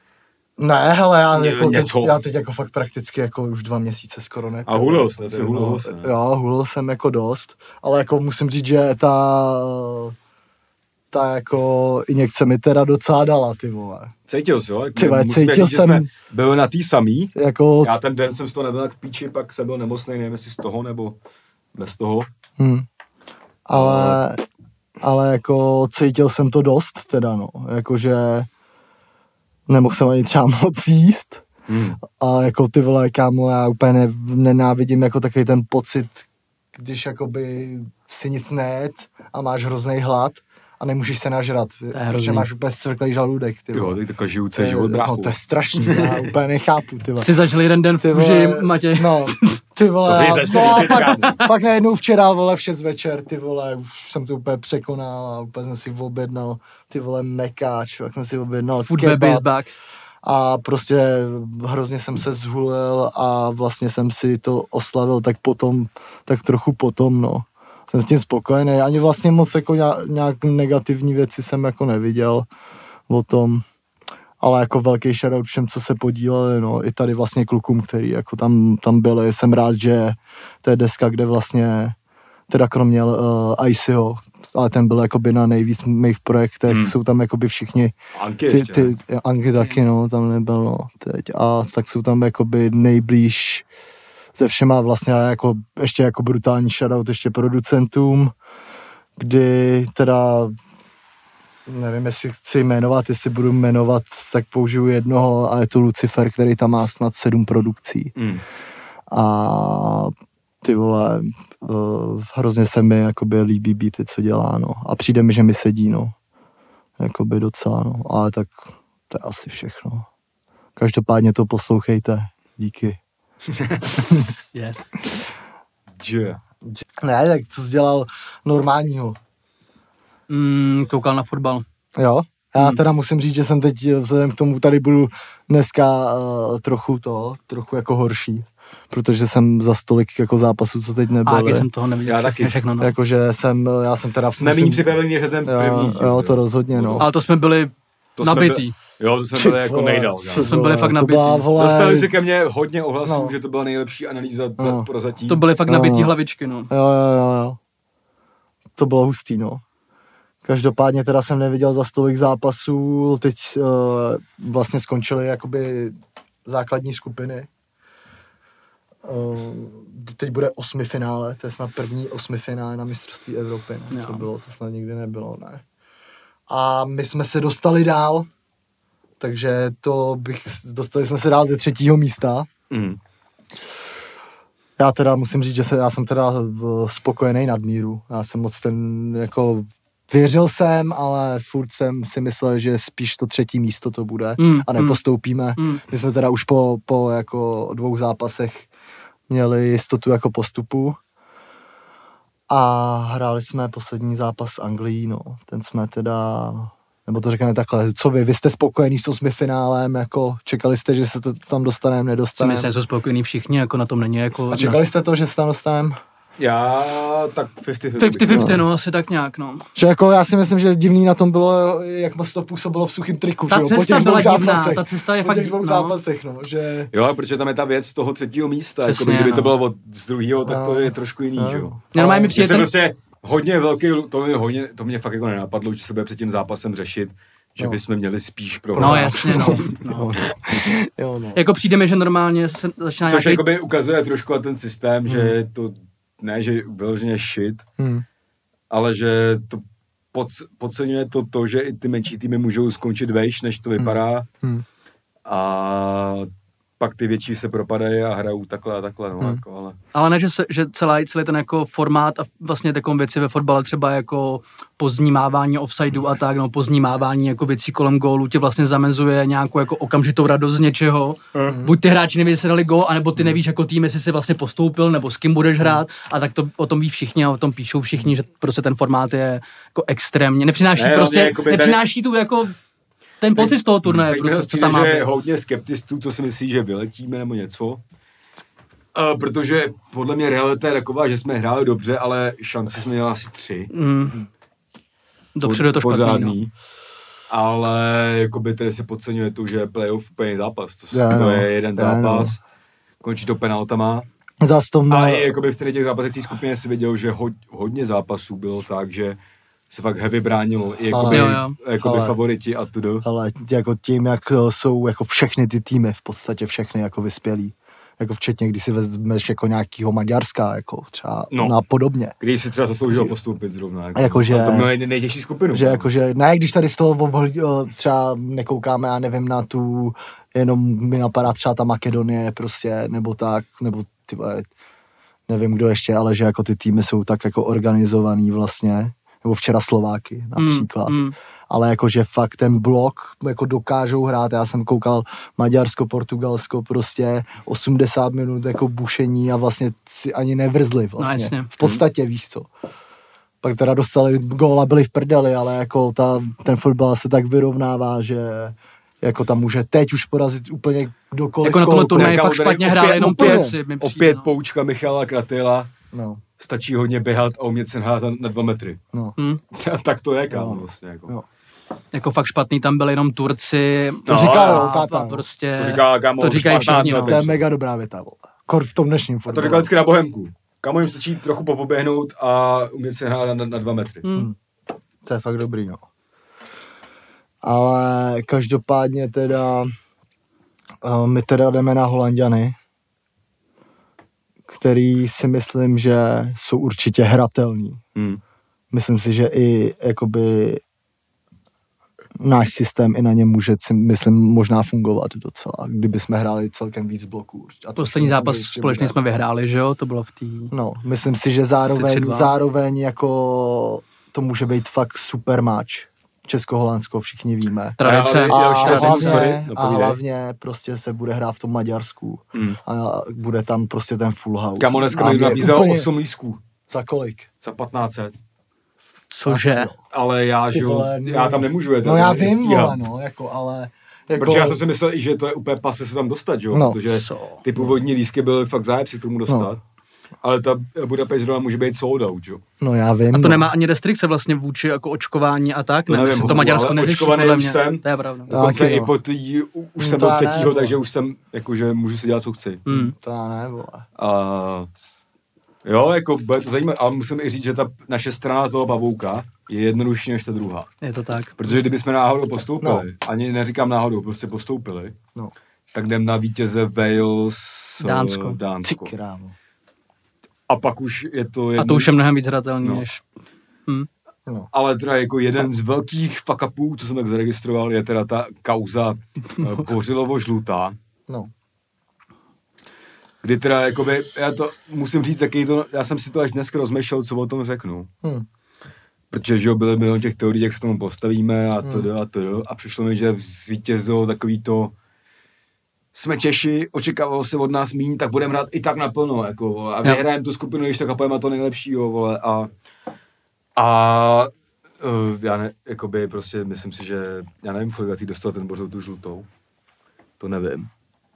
Ne, hele, já, Ně- jako teď, něco. já teď jako fakt prakticky jako už dva měsíce skoro ne. A hulil jsi, asi hulil jsi, ne? Jo, hulil jsem jako dost, ale jako musím říct, že ta ta jako injekce mi teda docela dala, ty vole. Cítil jsi, jo? Ty vole, Musíme cítil říct, že jsem- jsme byli na tý samý. Jako, Já ten den jsem z toho nebyl tak v píči, pak jsem byl nemocný, nevím jestli z toho nebo bez toho. hm. ale, ale jako cítil jsem to dost teda, no. Jakože nemohl jsem ani třeba moc jíst. Hmm. A jako ty vole, kámo, já úplně ne, nenávidím jako takový ten pocit, když jakoby si nic nejet a máš hrozný hlad a nemůžeš se nažrat, protože hrozný. máš úplně svrklý žaludek, ty Jo, vole. tak takový To žijoucí je- život, bráchu. No to je strašný, já úplně nechápu, ty vole. Jsi zažil jeden den v Ty kůži, vole, Matěj. no, ty vole, To jsi a- začal no a teďka. pak, pak najednou včera, vole, v šest večer, ty vole, už jsem to úplně překonal a úplně jsem si objednal, ty vole, mekáč, pak jsem si objednal Food baby is kebab back. a prostě hrozně jsem se zhulil a vlastně jsem si to oslavil tak potom, tak trochu potom, no. Jsem s tím spokojený, ani vlastně moc jako nějak, nějak negativní věci jsem jako neviděl o tom, ale jako velký shoutout všem, co se podíleli, no, i tady vlastně klukům, který jako tam, tam byli, jsem rád, že to je deska, kde vlastně, teda kromě uh, Icyho, ale ten byl jakoby na nejvíc mých projektech, Hmm. jsou tam jakoby všichni, Anky ty, ještě, ty, ne? Anky taky, no, tam nebyl, no, teď, a tak jsou tam jakoby nejblíž ze všema vlastně jako, ještě jako brutální shoutout ještě producentům, kdy teda nevím, jestli chci jmenovat, jestli budu jmenovat, tak použiju jednoho a je to Lucifer, který tam má snad sedm produkcí. Hmm. A ty vole, uh, hrozně se mi jakoby líbí beaty, co dělá, no. A přijde mi, že mi sedí, no. Jakoby docela, no. Ale tak to je asi všechno. Každopádně to poslouchejte. Díky. Yes. Yeah. Ne, tak co jsi dělal normálního? Mm, koukal na fotbal. Jo? Já Hmm. teda musím říct, že jsem teď vzhledem k tomu tady budu dneska uh, trochu to, trochu jako horší. Protože jsem za stolik jako zápasů, co teď A nebyly. jak jsem toho neviděl. Já všechno, taky. všechno, no. Jakože jsem, já jsem teda... Jsme méně připravení, než ten jo, první. jo, to rozhodně, no. Ale to jsme byli To jsme nabitý. byli- Jo, to jsme byli jako nejdál. To jsme byli fakt to nabitý. byla, vole, Dostali se ke mně hodně ohlasů, No. že to byla nejlepší analýza No. za prozatím. To byly fakt No. nabitý hlavičky, no. Jo, jo, jo, jo. To bylo hustý, no. Každopádně teda jsem neviděl za stolik zápasů, teď uh, vlastně skončily jakoby základní skupiny. Uh, teď bude osmifinále, to je snad první osmifinále na mistrovství Evropy, ne? Co Jo. bylo, to snad nikdy nebylo, ne. A my jsme se dostali dál, takže to bych, dostali jsme se dál ze třetího místa. Mm. Já teda musím říct, že se, já jsem teda v- spokojený nadmíru. Já jsem moc ten, jako, věřil jsem, ale furt jsem si myslel, že spíš to třetí místo to bude Mm, a nepostoupíme. Mm. My jsme teda už po, po jako dvou zápasech měli jistotu jako postupu a hráli jsme poslední zápas s Anglií, no. Ten jsme teda, nebo to řekneme takhle, co vy, vy jste spokojený s osmifinálem, jako čekali jste, že se to tam dostaneme, Si nedostaneme? myslím, že jsou spokojení všichni, jako na tom není jako... A čekali jste to, že se tam dostaneme? Já tak padesát No, padesát padesát, no, asi tak nějak, no. Že jako já si myslím, že divný na tom bylo, jak moc to působilo v suchým triku, Ta že jo, po cesta těch dvou byla divná, zápasech. ta cesta je po fakt- těch dvou no. zápasech, no, že... Jo, protože tam je ta věc toho třetího místa. Jako Přesně, kdyby no. to bylo od z druhého, tak to No. je trošku jiný, No. že jo. Normálně mi Že přijde se ten... prostě hodně velký, to mě, hodně, to mě fakt jako nenapadlo, že se bude před tím zápasem řešit, že No. bychom měli spíš pro. No jasně, no. no. Jo, no. Jako přijde mi, že normálně se začíná Což nějaký... jakoby ukazuje trošku na ten systém, že je to, ne, že vyloženě shit, Hmm. ale že to pod, podceňuje to to, že i ty menší týmy můžou skončit vejš, než to vypadá. Hmm. A pak ty větší se propadají a hrajou takhle a takhle, no, Hmm. jako, ale... Ale ne, že, se, že celý, celý ten jako formát a vlastně takové věci ve fotbale třeba jako pozdní mávání offsideu a tak, no pozdní mávání jako věcí kolem gólu tě vlastně zamezuje nějakou jako okamžitou radost z něčeho. Mhm. Buď ty hráči neví, jestli dali gól, anebo ty nevíš jako tým, jestli jsi vlastně postoupil, nebo s kým budeš hrát a tak to o tom ví všichni a o tom píšou všichni, že prostě ten formát je jako extrémně, nepřináší Ne, prostě, hlavně jakoby tady- nepřináší tu jako ten pocit z toho turnaje, Teď mi prostě, zase co přijde, tam má že je být. hodně skeptistů, co si myslí, že vyletíme nebo něco. Uh, protože podle mě realita je taková, že jsme hráli dobře, ale šanci jsme měli asi tři. Mm. Dopředu je to špatný, no. Pořádný. Ale jakoby tady se podceňuje to, že je playoff úplně zápas. To, Já to no, je jeden já zápas, no. končí to penaltama. Zas v tom... A i jakoby v tady těch zápasech té skupině si viděl, že ho, hodně zápasů bylo tak, že se fakt heavy bránilo. I jakoby, Ale- Jo, jakoby Ale- favoriti a tudo. Ale jako tím, jak jsou jako všechny ty týmy, v podstatě všechny jako vyspělí. Jako včetně, když si vezmeš jako nějakýho Maďarska, jako třeba No. no. a podobně. Když si třeba zasloužil postoupit zrovna. Jako, Jakože- a to měl nej, nejtěžší skupinu. Že jakože, ne, když tady z toho obhlí- o, třeba nekoukáme, já nevím, na tu, jenom mi napadá třeba ta Makedonie prostě, nebo tak, nebo ty vole, nevím kdo ještě, ale že jako ty týmy jsou tak jako organizovaný vlastně, nebo včera Slováky například. Mm, mm. Ale jakože fakt ten blok jako dokážou hrát, já jsem koukal Maďarsko, Portugalsko, prostě osmdesát minut jako bušení a vlastně si ani nevrzli vlastně. No, jasně. V podstatě, víš co. Pak teda dostali góla, byli v prdeli, ale jako ta, ten fotbal se tak vyrovnává, že jako tam může teď už porazit úplně kdokoliv. Jako na tomhle kohokoliv. turnaji Jaká fakt tady špatně opět- hráli jenom úplně, pěci, mi přijde, Opět no. poučka Michala Kratyla. No, Stačí hodně běhat a umět se hrát na, na dva metry. no. Hm. Tak to je, kámo, No. vlastně. Jako. Jo. Jako fakt špatný, tam byli jenom Turci. To No, říkal, a- jo, táta. a no. prostě, To říká, kámo, to říkají patnáct všichni, let. no. To je mega dobrá věta, vole. Kor v tom dnešním A to fotbalu. říkal vždycky na Bohemku. Kámo, jim stačí trochu popoběhnout a umět se hrát na, na dva metry. Hm. To je fakt dobrý, no. Ale každopádně teda uh, my teda jdeme na Holanďany, který si myslím, že jsou určitě hratelný. Hmm. Myslím si, že i jakoby náš systém i na něm může, si myslím, možná fungovat docela, kdyby jsme hráli celkem víc bloků. A to Poslední si myslím, zápas že ještě společně bude. jsme vyhráli, že jo? To bylo v té... No, myslím si, že Ty tři zároveň, dva. zároveň jako to může být fakt super match. Česko-Holandsko, všichni víme. Tradice. A, Já už nevím, hlavně, sorry, a napovídej. hlavně prostě se bude hrát v tom Maďarsku. Hmm. A bude tam prostě ten full house. Kamo dneska A mi je nabízel úplně- osm lístků. Za kolik? Za patnáct set. Cože? Ale já, Ty že jo, vole, já no. tam nemůžu jet. No já vím, nestíhám. vole, no, jako, ale... Jako, Protože já jsem si myslel i, že to je úplně pase se tam dostat, že jo? No. Protože Co? ty původní lístky byly fakt zájeb si k tomu dostat. No. Ale ta Budapešť zrovna může být sold out, že jo? No já vím. A to no. nemá ani restrikce vlastně vůči jako očkování a tak? To Ne, nevím, nevím, to bohu, Maďarsko ale neřeší, očkovaný podle už mě. jsem. To je pravda. Dokonce Taky, i no. po tý, už No jsem to byl já ne, třetího, vole. takže už jsem, jakože můžu si dělat, co chci. Hmm. To já ne, vole. A jo, jako bude to zajímavé, ale musím i říct, že ta naše strana toho pavouka je jednodušší než ta druhá. Je to tak. Protože kdybychom náhodou postoupili, No. ani neříkám náhodou, prostě postoupili, No. tak jdem na vítěze Wales, Dánsko. Ty Dánsko. krávo. A pak už je to A jedno, to už je mnohem víc hratelný, No. než... Hm. No. ale teda jako jeden z velkých fuck upů, co jsem tak zaregistroval, je teda ta kauza no. Bořilovo-žlutá, No. kdy teda jakoby, já to musím říct, jaký to, já jsem si to až dneska rozmýšlel, co o tom řeknu. Hm. Protože že jo, byly milion těch teorií, jak se tomu postavíme a to a to a přišlo mi, že zvítězilo takový to, jsme Češi, očekávalo se od nás míň, tak budeme hrát i tak naplno, jako, vole, a vyhrajeme tu skupinu, když tak kapujeme to nejlepšího, vole, a a uh, já ne, jakoby prostě myslím si, že, já nevím, kolik dostal ten Bořil tu žlutou, to nevím.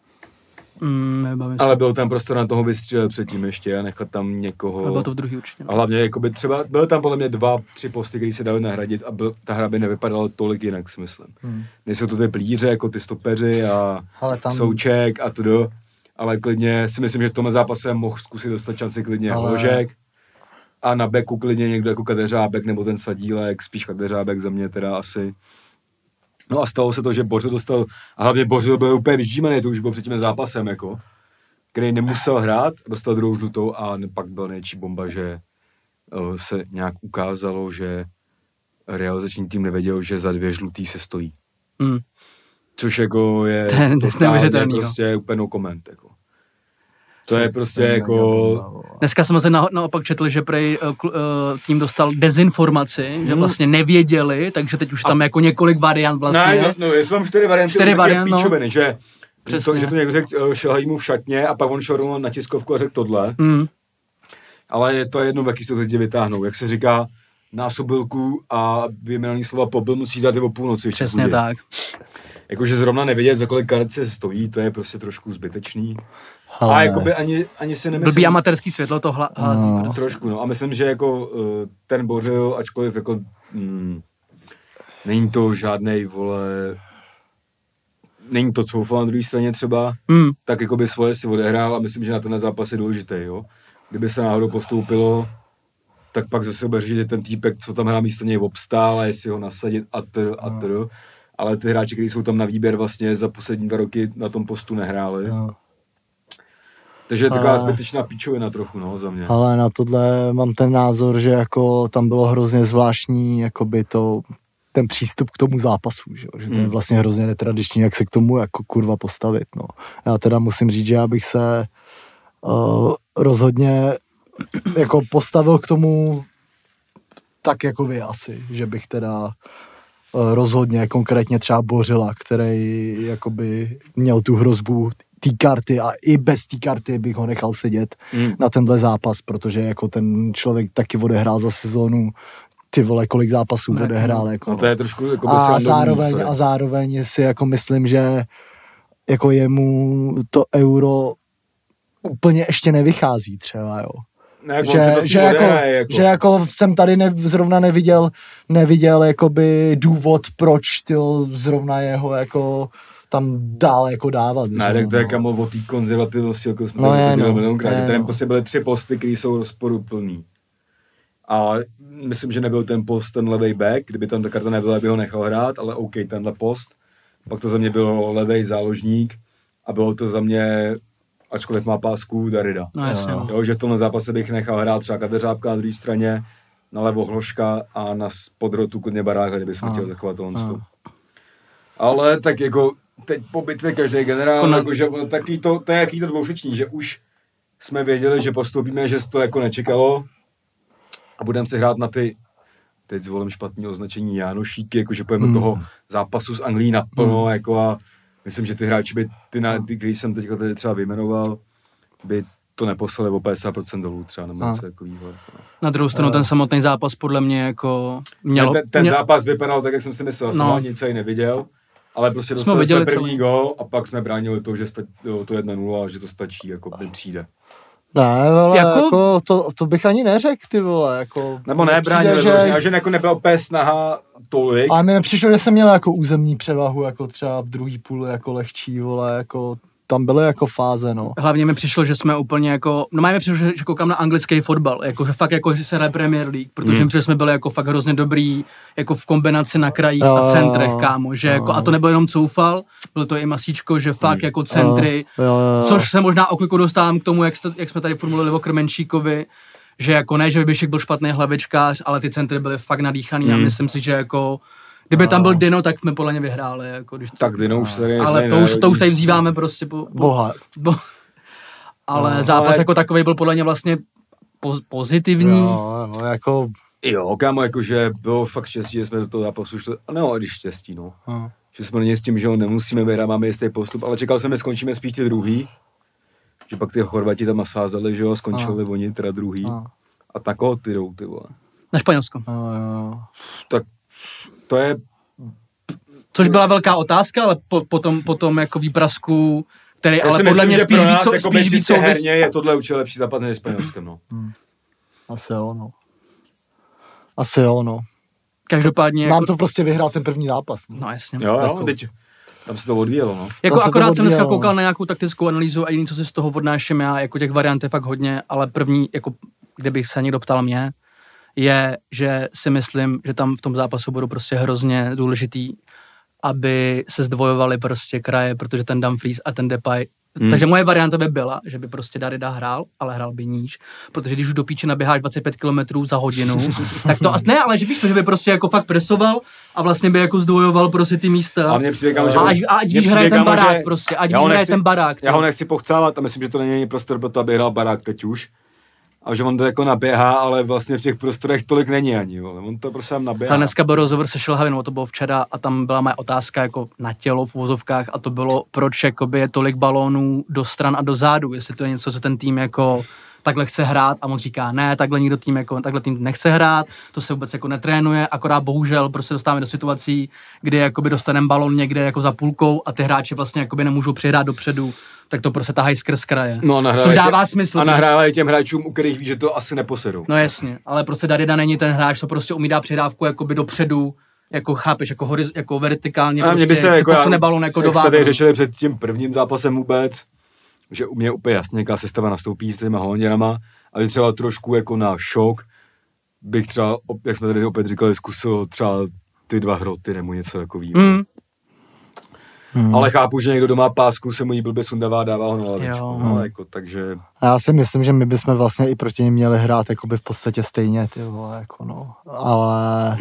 Mm, nebavím se. Ale byl tam prostor na toho vystřelit předtím ještě a nechat tam někoho. Ale bylo to v druhý určitě. A hlavně jakoby třeba, byly tam podle mě dva, tři posty, které se daly nahradit a byl, ta hra by nevypadala tolik jinak, si myslím. Hmm. Nejsou to ty plíře, jako ty stopeři a Ale tam- Souček a to, ale klidně si myslím, že v tomhle zápase mohl zkusit dostat šanci klidně Ale- Hložek a na beku klidně někdo jako Kadeřábek nebo ten Sadílek, spíš Kadeřábek za mě teda asi. No a stalo se to, že Bořil dostal, a hlavně Bořil byl úplně vyždímaný, to už bylo před tím zápasem, jako, který nemusel hrát, dostal druhou žlutou a pak byl největší bomba, že uh, se nějak ukázalo, že realizační tým nevěděl, že za dvě žlutý se stojí. Mm. Což jako je To je totálně neuvěřitelný, prostě úplně no comment, jako. To je prostě To je jako... mega bomba, vole. Dneska jsem se na, naopak četl, že prej uh, kl- uh, tým dostal dezinformaci, že vlastně nevěděli, takže teď už tam jako několik variant vlastně. Ne, no, jestli mám čtyři varianty, Čtyři variant, no. píčoviny, že, Přesně. to, že to někdo řekl, uh, šel mu v šatně a pak on šel rovnou na tiskovku a řekl tohle. Mm. Ale je to jedno, jaký se to teď vytáhnou. Jak se říká, násobilku a vyjmenovaný slova pobyl musí dát i o půlnoci. ještě Přesně chudě. tak. Jakože zrovna nevědět, za kolik karet se stojí, to je prostě trošku zbytečný. Ale- A jakoby ani, ani si nemyslím... Blbý amatérský světlo to hla, hází. No. prostě. Trošku, no. A myslím, že jako uh, ten Bořil, ačkoliv jako... Mm, není to žádnej, vole... Není to coufal na druhé straně třeba, Mm. tak jako by svoje si odehrál a myslím, že na tenhle zápas je důležitý, jo. Kdyby se náhodou postoupilo, tak pak zase bude říct, že ten týpek, co tam hrá místo něj, obstál a jestli ho nasadit a tr, a tr. Ale ty hráči, kteří jsou tam na výběr, vlastně za poslední dva roky na tom postu nehráli. No. Takže je taková Ale- zbytečná píčovina trochu, no, za mě. Ale na tohle mám ten názor, že jako tam bylo hrozně zvláštní jakoby to, ten přístup k tomu zápasu, že, jo? Že to je Hmm. vlastně hrozně netradiční, jak se k tomu jako kurva postavit, no. Já teda musím říct, že já bych se uh, rozhodně jako postavil k tomu tak jako vy asi, že bych teda uh, rozhodně konkrétně třeba Bořila, který jakoby měl tu hrozbu té karty a i bez té karty bych ho nechal sedět Hmm. na tenhle zápas, protože jako ten člověk taky odehrál za sezónu ty vole, kolik zápasů Tak, odehrál. Jako, No to je trošku jako a, srandovní, zároveň, sorry. a zároveň si jako myslím, že jako jemu to euro úplně ještě nevychází třeba, jo. Ne, jako on Že, se to s že, ním jako, odehraje, jako. že jako jsem tady ne, zrovna neviděl, neviděl jakoby důvod, proč tyjo, zrovna jeho jako tam dál jako dávat. Ne, že tak jo, to je no. kamo o té konzervativnosti, jako jsme No no je, tady no, no, milionkrát, je, že tady no. prostě byly tři posty, které jsou rozporuplný. A myslím, že nebyl ten post ten levej back, kdyby tam ta karta nebyla, by ho nechal hrát, ale OK, tenhle post. Pak to za mě bylo levej záložník a bylo to za mě, ačkoliv má pásku, Darida. No jasně, no. Jo, že v tomhle zápase bych nechal hrát třeba Kadeřábka na druhé straně, na levo Hložka a na podrotu klidně Baráka, kdyby jsem A. chtěl zachovat tohle. Ale tak jako teď po bitvě každý generál, Kona- jako, že taky to, to je jaký to dvousečný, že už jsme věděli, že postoupíme, že se to jako nečekalo a budeme si hrát na ty teď zvolím špatný označení Jánošíky, jakože pojeme Hmm. toho zápasu s Anglií naplno, Hmm. jako a myslím, že ty hráči by, ty, na, ty když jsem teďka tady třeba vyjmenoval, by to neposlali o padesát procent dolů třeba, nebo něco takovýho. Na druhou stranu Uh. ten samotný zápas podle mě jako mělo... Ten, ten mě, zápas vypadal tak, jak jsem si myslel, No. jsem ani nic ani neviděl, ale prostě dostali jsme, viděli jsme první celý. gól a pak jsme bránili to, že sta, to jedna nula, že to stačí, jako mi přijde. Ne, ale Jako- jako, jako to, to bych ani neřekl, ty vole, jako... Nebo mně ne, přijde, bránili, že... že, že jako nebyla úplně snaha tolik. Ale mi nepřišlo, že jsem měl jako územní převahu, jako třeba v druhý půli jako lehčí, vole, jako tam byly jako fáze, no. Hlavně mi přišlo, že jsme úplně jako, no mi přišlo, že, že koukám na anglický fotbal, jako že fakt jako, že se hraje Premier League, protože Hmm. mm. jsme byli jako fakt hrozně dobrý, jako v kombinaci na krajích Jo, a centrech, jo, kámo, že jo. jako, a to nebylo jenom coufal, bylo to i masíčko, že fakt Hmm. jako centry, Jo, jo, jo. což se možná okliku dostávám k tomu, jak, jste, jak jsme tady formulovali o Krmenčíkovi, že jako ne, že by Bišek byl špatný hlavičkář, ale ty centry byly fakt nadýchaný Hmm. a myslím si, že jako kdyby tam byl Dino, tak jsme podle ně vyhráli, jako když to, Tak Dino už tady ale to už, to už tady vzýváme prostě po, po, Boha. Bo, ale No, zápas ale- jako takový byl podle mě vlastně poz, pozitivní. Jo, no, jako... Jo, kámo, jakože bylo fakt štěstí, že jsme do toho zápasu šli, a no, když štěstí, no. Hm. Že jsme není s tím, že ho nemusíme vyhrát, máme jistý postup, ale čekal jsem, že skončíme spíš ty druhý, že pak ty Chorvati tam nasázeli, že jo, skončili oni teda druhý. No. A tak ho ty jdou, ty vole. Na Španělsko. Jo, jo. Tak to je, Což byla velká otázka, ale po, potom, potom jako výprasku, který já ale si podle myslím, mě že spíš pro nás, víc, jako spíš víc čistě souvis... herně, je tohle určitě lepší zápas než Španělskem, no. Asi jo, no. Asi jo, no. Každopádně Mám jako, to prostě vyhrál ten první zápas. No. no jasně. Jo, jo, Jako- teď tam se to odvíjelo, no. Jako to se to akorát jsem dneska odvíjelo. koukal na nějakou taktickou analýzu a jediný, co si z toho odnáším já, jako těch variant je fakt hodně, ale první, jako kdybych se někdo ptal mě, je, že si myslím, že tam v tom zápasu budou prostě hrozně důležitý, aby se zdvojovali prostě kraje, protože ten Dumfries a ten Depay. Hmm. Takže moje varianta by byla, že by prostě Darida hrál, ale hrál by níž, protože když už do píče naběháš dvacet pět kilometrů za hodinu, tak to ne, ale že víš co, že by prostě jako fakt presoval a vlastně by jako zdvojoval prostě ty místa. A mně přijde, kámo, že... A ať, a ať mně víš, přijde, hraje ten kámo, barák že- prostě, ať já víš, ho hraje nechci- ten barák. Já ho nechci pochcávat a myslím, že to není prostor pro to, aby hrál barák teď už. A že on to jako naběhá, ale vlastně v těch prostorech tolik není ani, vole. On to prostě tam naběhá. Ale dneska byl rozhovor se Šilhavin, to bylo včera a tam byla moje otázka jako na tělo v uvozovkách a to bylo, proč jakoby je tolik balónů do stran a do zádu, jestli to je něco, co ten tým jako takhle chce hrát a on říká ne, takhle nikdo tým jako, takhle tým nechce hrát, to se vůbec jako netrénuje, akorát bohužel prostě dostáváme do situací, kdy jakoby dostaneme balón někde jako za půlkou a ty hráči vlastně jakoby nemůžou přihrát dopředu, tak to prostě tahají skrz kraje. No a nahrávají což dává tě- smysl. A protože- nahrávají těm hráčům, u kterých ví, že to asi neposedou. No jasně, ale prostě Darida není ten hráč, co prostě umí dát přihrávku jakoby dopředu, jako chápeš, jako, horiz, jako vertikálně, A mě prostě, by se co jako, posune balón jako do jak jsme tady vápnu. řešili před tím prvním zápasem vůbec, že u mě úplně jasně, jaká sestava nastoupí s těma honěrama, ale třeba trošku jako na šok bych třeba, op- jak jsme tady opět říkali, zkusil třeba ty dva hroty nebo něco takového. Mm. Hmm. Ale chápu, že někdo doma pásku se mu jí blbě sundává a dává ho na lavičku. Jo. No, jako, takže A já si myslím, že my bychom vlastně i proti ním měli hrát jakoby v podstatě stejně, ty vole, jako no. Ale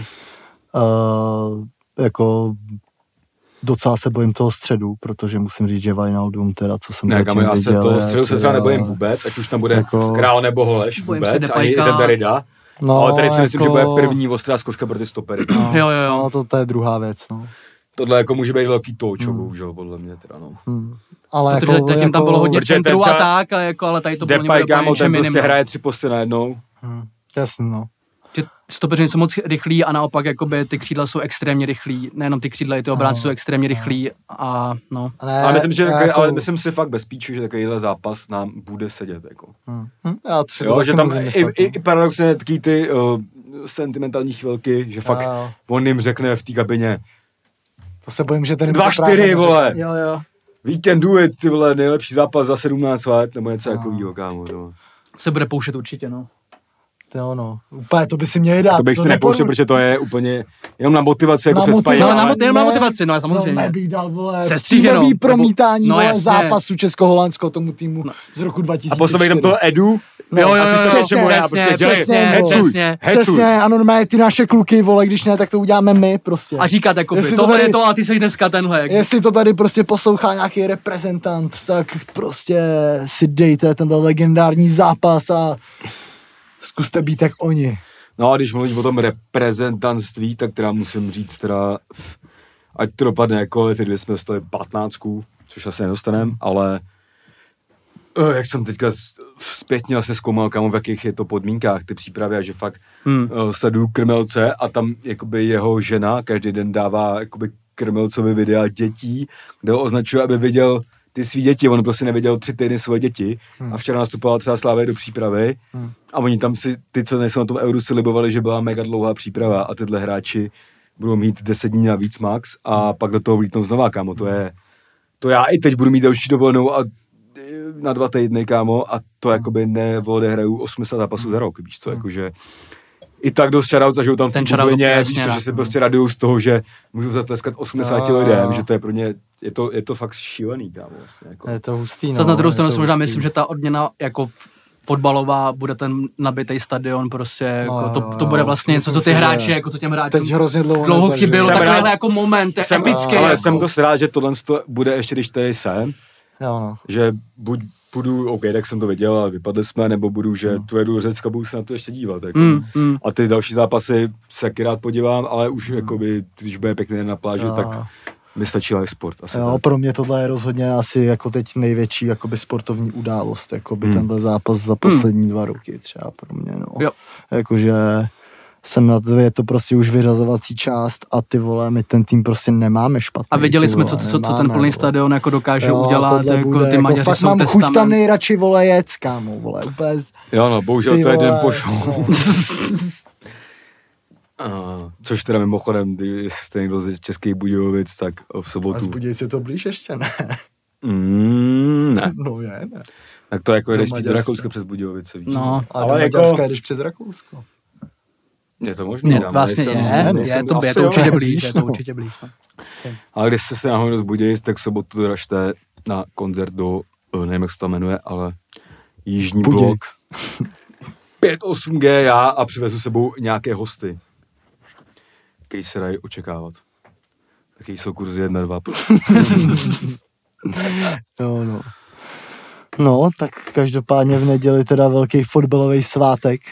uh, jako docela se bojím toho středu, protože musím říct, že Wijnaldum teda, co jsem ne, zatím kam já se viděl, toho je středu se teda- třeba nebojím vůbec, ať už tam bude jako- Král nebo Holeš Bojím se vůbec, ani i Depayka. ten Darida. No, Ale tady si myslím, jako- že bude první ostrá zkouška pro ty stopery. No, Jo, jo, jo. No, to, to je druhá věc, no. Tohle jako může být velký toč, Hmm. bohužel, podle mě teda, no. Hmm. Ale Protože jako, zatím jako, tam bylo hodně protože ten centrů a třeba- tak, a jako, ale tady to bylo Depay, kámo, ten prostě minimum. hraje tři posty najednou. Hmm. Jasný, no. Že stopeři jsou moc rychlí a naopak jakoby ty křídla jsou extrémně rychlí. Nejenom ty křídla, i ty obránci Ano. jsou extrémně rychlí a no. Ne, Ale myslím, že já takový, jako, ale myslím si fakt bez píču, že takovýhle zápas nám bude sedět, jako. Hmm. Hm, já to si to Jo, taky že tam můžu i, myslet, i, no. i paradoxně takový ty uh, sentimentální chvilky, že fakt Jo, jo. on jim řekne v té kabině To se bojím, že ten... dva čtyři, vole, Jo, jo. we can do it, ty vole, nejlepší zápas za sedmnáct let, nebo něco No. takovýho, kámo, no. Se bude pouštět určitě, no. Jo, no. Úplně to by si měli dát. To bych si nepouštěl, neporu- protože to je úplně jenom na motivaci, jako Na před motivaci. No, spaním, na, ale- mot- jenom na ne, motivaci, no samozřejmě. No, nebych dal, vole, Sestříh týmový jenom, promítání, nebo- no, vole, jasně. zápasu Česko-Holandsko tomu týmu No. z roku dva tisíce A postavit tam toho Edu, No, jo, jo, a ty jo, to jo, něčemu ne, a přesně, prostě dělej, přesně, hecuj, přesně. hecuj. Přesně, ano, normálně ty naše kluky, vole, když ne, tak to uděláme my prostě. A říkat jako Jestli to tohle tady- je to a ty jsi dneska tenhle. Jak... Jestli to tady prostě poslouchá nějaký reprezentant, tak prostě si dejte tenhle legendární zápas a zkuste být jak oni. No a když mluvím o tom reprezentantství, tak teda musím říct teda, ať to dopadne jakkoliv, kdyby jsme dostali patnáctku, což asi nedostaneme, ale uh, jak jsem teďka zpětně vlastně zkoumal, kámo, v jakých je to podmínkách ty přípravy a že fakt hmm. uh, sleduju Krmelce a tam jakoby jeho žena každý den dává jakoby Krmelcovi videa dětí, kde ho označuje, aby viděl ty svý děti, on prostě neviděl tři týdny svoje děti hmm. a včera nastupoval třeba Slávě do přípravy hmm. a oni tam si, ty, co nejsou na tom Euru, si libovali, že byla mega dlouhá příprava a tyhle hráči budou mít deset dní navíc max a hmm. pak do toho vlítnou znova, kámo, to je, to já i teď budu mít další dovolenou a na dva týdny, kámo, a to jakoby neodehraju osmdesát zápasů za rok, víš co, jakože i tak dost shoutout zažiju tam v té bublině, víš co, že se prostě raduju z toho, že můžu zatleskat osmdesáti lidem, že to je pro ně, je to, je to fakt šílený, kámo, vlastně, jako. Je to hustý, no. Zas na druhou stranu si možná myslím, že ta odměna jako fotbalová bude ten nabitej stadion, prostě, no, jako, to, to bude vlastně něco, co ty hráči, jako to těm hráčům dlouho, dlouho chybělo, takovýhle jako moment, jsem, epický. Ale jako. jsem dost rád, že tohle bude ještě, když tady jsem, jo, no. že buď budu, ok, tak jsem to viděl, ale vypadli jsme, nebo budu, že mm. tu jedu do Řecka, budu se na to ještě dívat. Jako. Mm, mm. A ty další zápasy se taky rád podívám, ale už mm. jakoby, když bude pěkný na pláži, jo. tak mi stačí live sport. Asi jo, tak. Pro mě tohle je rozhodně asi jako teď největší jakoby sportovní událost, jakoby mm. tenhle zápas za poslední mm. dva roky třeba pro mě, no. Jo. Jakože jsem na to, je to prostě už vyřazovací část a ty vole, my ten tým prostě nemáme špatný. A viděli jsme, vole, co, co, nemáme, co ten plný vole. stadion jako dokáže jo, udělat, jako bude, ty jako Maďaři fakt jsou mám testament. chuť tam nejradši, vole, jet, kámo, vole, úplně. Jo no, bohužel ty to je den vole, pošlo. no. uh, což teda mimochodem, jestli jste někdo z Českých Budějovic, tak v sobotu. A z Budějic je to blíž ještě, ne? Mm, ne. No je, ne. Tak to jako do jdeš spíš do Maďarska. Rakouska přes Budějovice, víš. No. A ale do jako... Maďarska jdeš přes Rakousko. Je to možný, Ne, dám, vlastně nejsem, je, nejsem, je, to, je asi to určitě jo, blíž, je to určitě blíž. No. Ale když jste se náhodou z Budějic, tak v sobotu doražte na koncert do, nevím jak se to jmenuje, ale Jižní Budějic. blok pět osm G já a přivezu sebou nějaké hosty, který se dají očekávat. Taky jsou kurzy jedna, dva. Jo, no. No, tak každopádně v neděli teda velký fotbalový svátek.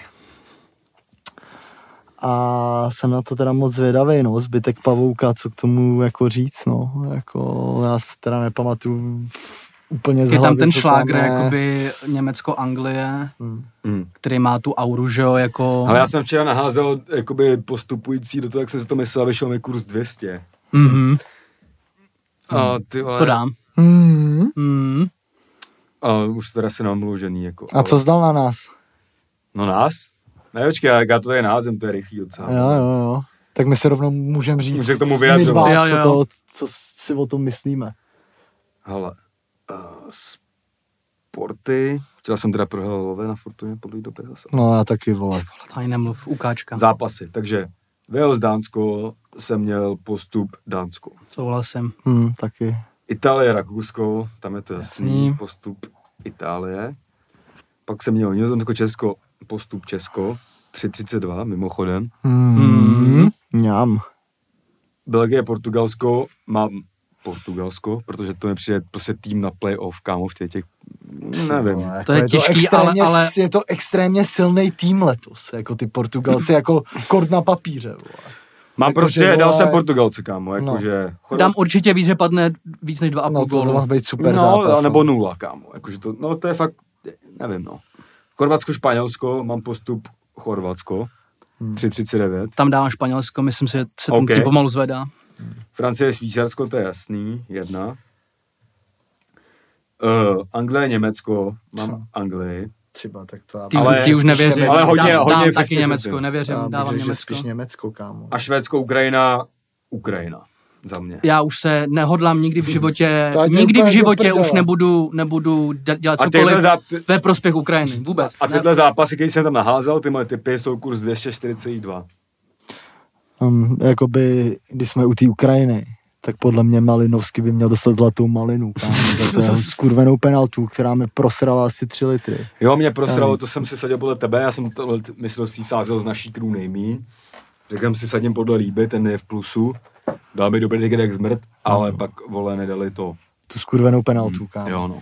A jsem na to teda moc zvědavý, no, zbytek pavouka, co k tomu jako říct, no, jako já si teda nepamatuju úplně z Je hlavy, tam ten co šlágr, tam je. jakoby Německo-Anglie, Hmm. Hmm. který má tu auru, že jo, jako... Ale já jsem včera naházel jakoby postupující do toho, jak jsem si to myslel, vyšel mi kurz dvě stě. Mhm, A ty vole, to dám. Hmm. Mhm. A už teda se nám mlužený, jako. A co zdal na nás? No nás? Ne, počkej, já, já to tady názem, to je rychlý docela. Jo, jo, jo. Tak my se rovnou můžeme říct Může k tomu my vyjadřovat. dva, Jo, co, jo. to, co si o tom myslíme. Hele, uh, sporty, včera jsem teda prohrál love na Fortuně podle do zase. No já taky, vole. Tady nemluv, ukáčka. Zápasy, takže Wales Dánsko jsem měl postup Dánsko. Souhlasím. Hmm, taky. Itálie Rakousko, tam je to jasný, Jasný. postup Itálie. Pak jsem měl Nizozemsko Česko, postup Česko, tři třicet dva mimochodem. Hmm. Mňam. Belgie Portugalsko, mám Portugalsko, protože to mi přijde prostě tým na playoff, kámo, v těch, těch nevím. Jako To je těžký, extrémně, ale- ale- Je to extrémně silný tým letos, jako ty Portugalci, jako kord na papíře, vole. Mám Jako, prostě, že, dal vole, jsem Portugalce, kámo, jakože... No. Dám určitě víc, že padne víc než dva a půl No to gólu. mohl být super no, zápas. nebo nula, kámo, jakože to, no to je fakt, nevím, no. Chorvatsko, Španělsko, mám postup Chorvatsko, Hmm. tři třicet devět. Tam dávám Španělsko, myslím si, že se ten Okay. tým pomalu zvedá. Francie, Švýcarsko, to je jasný, jedna. Uh, Anglie, Německo, mám Co? Anglii. Třeba, tak to já Ty, Ale ty už nevěřím. ale hodně- dám, hodně dám fifty taky fifty. Německo, nevěřím, já bych dávám řekl, že Německo. spíš Německo, kámo. A Švédsko, Ukrajina, Ukrajina, za mě. Já už se nehodlám nikdy v životě, To ať nikdy v úplně životě do už prdele. nebudu, nebudu de- dělat A cokoliv tyhle, záp- ve prospěch Ukrajiny, vůbec. a tyhle zápasy, který jsem tam naházel, ty moje typy jsou kurz dvě stě čtyřicet dva. Um, jakoby, když jsme u té Ukrajiny, tak podle mě Malinovský by měl dostat zlatou malinu, kámo, za to skurvenou penaltu, která mi prosrala asi tři litry. Jo, mě prosralo, Ano. to jsem si vsadil podle tebe, já jsem to mistrovství sázel z naší krů nejmíň. Řekl jsem si vsadím podle líby, ten je v plusu. Dal mi dobrý tiket jak zmrt, ale pak, vole, nedali to. Tu skurvenou penaltu, kámo. Jo, no.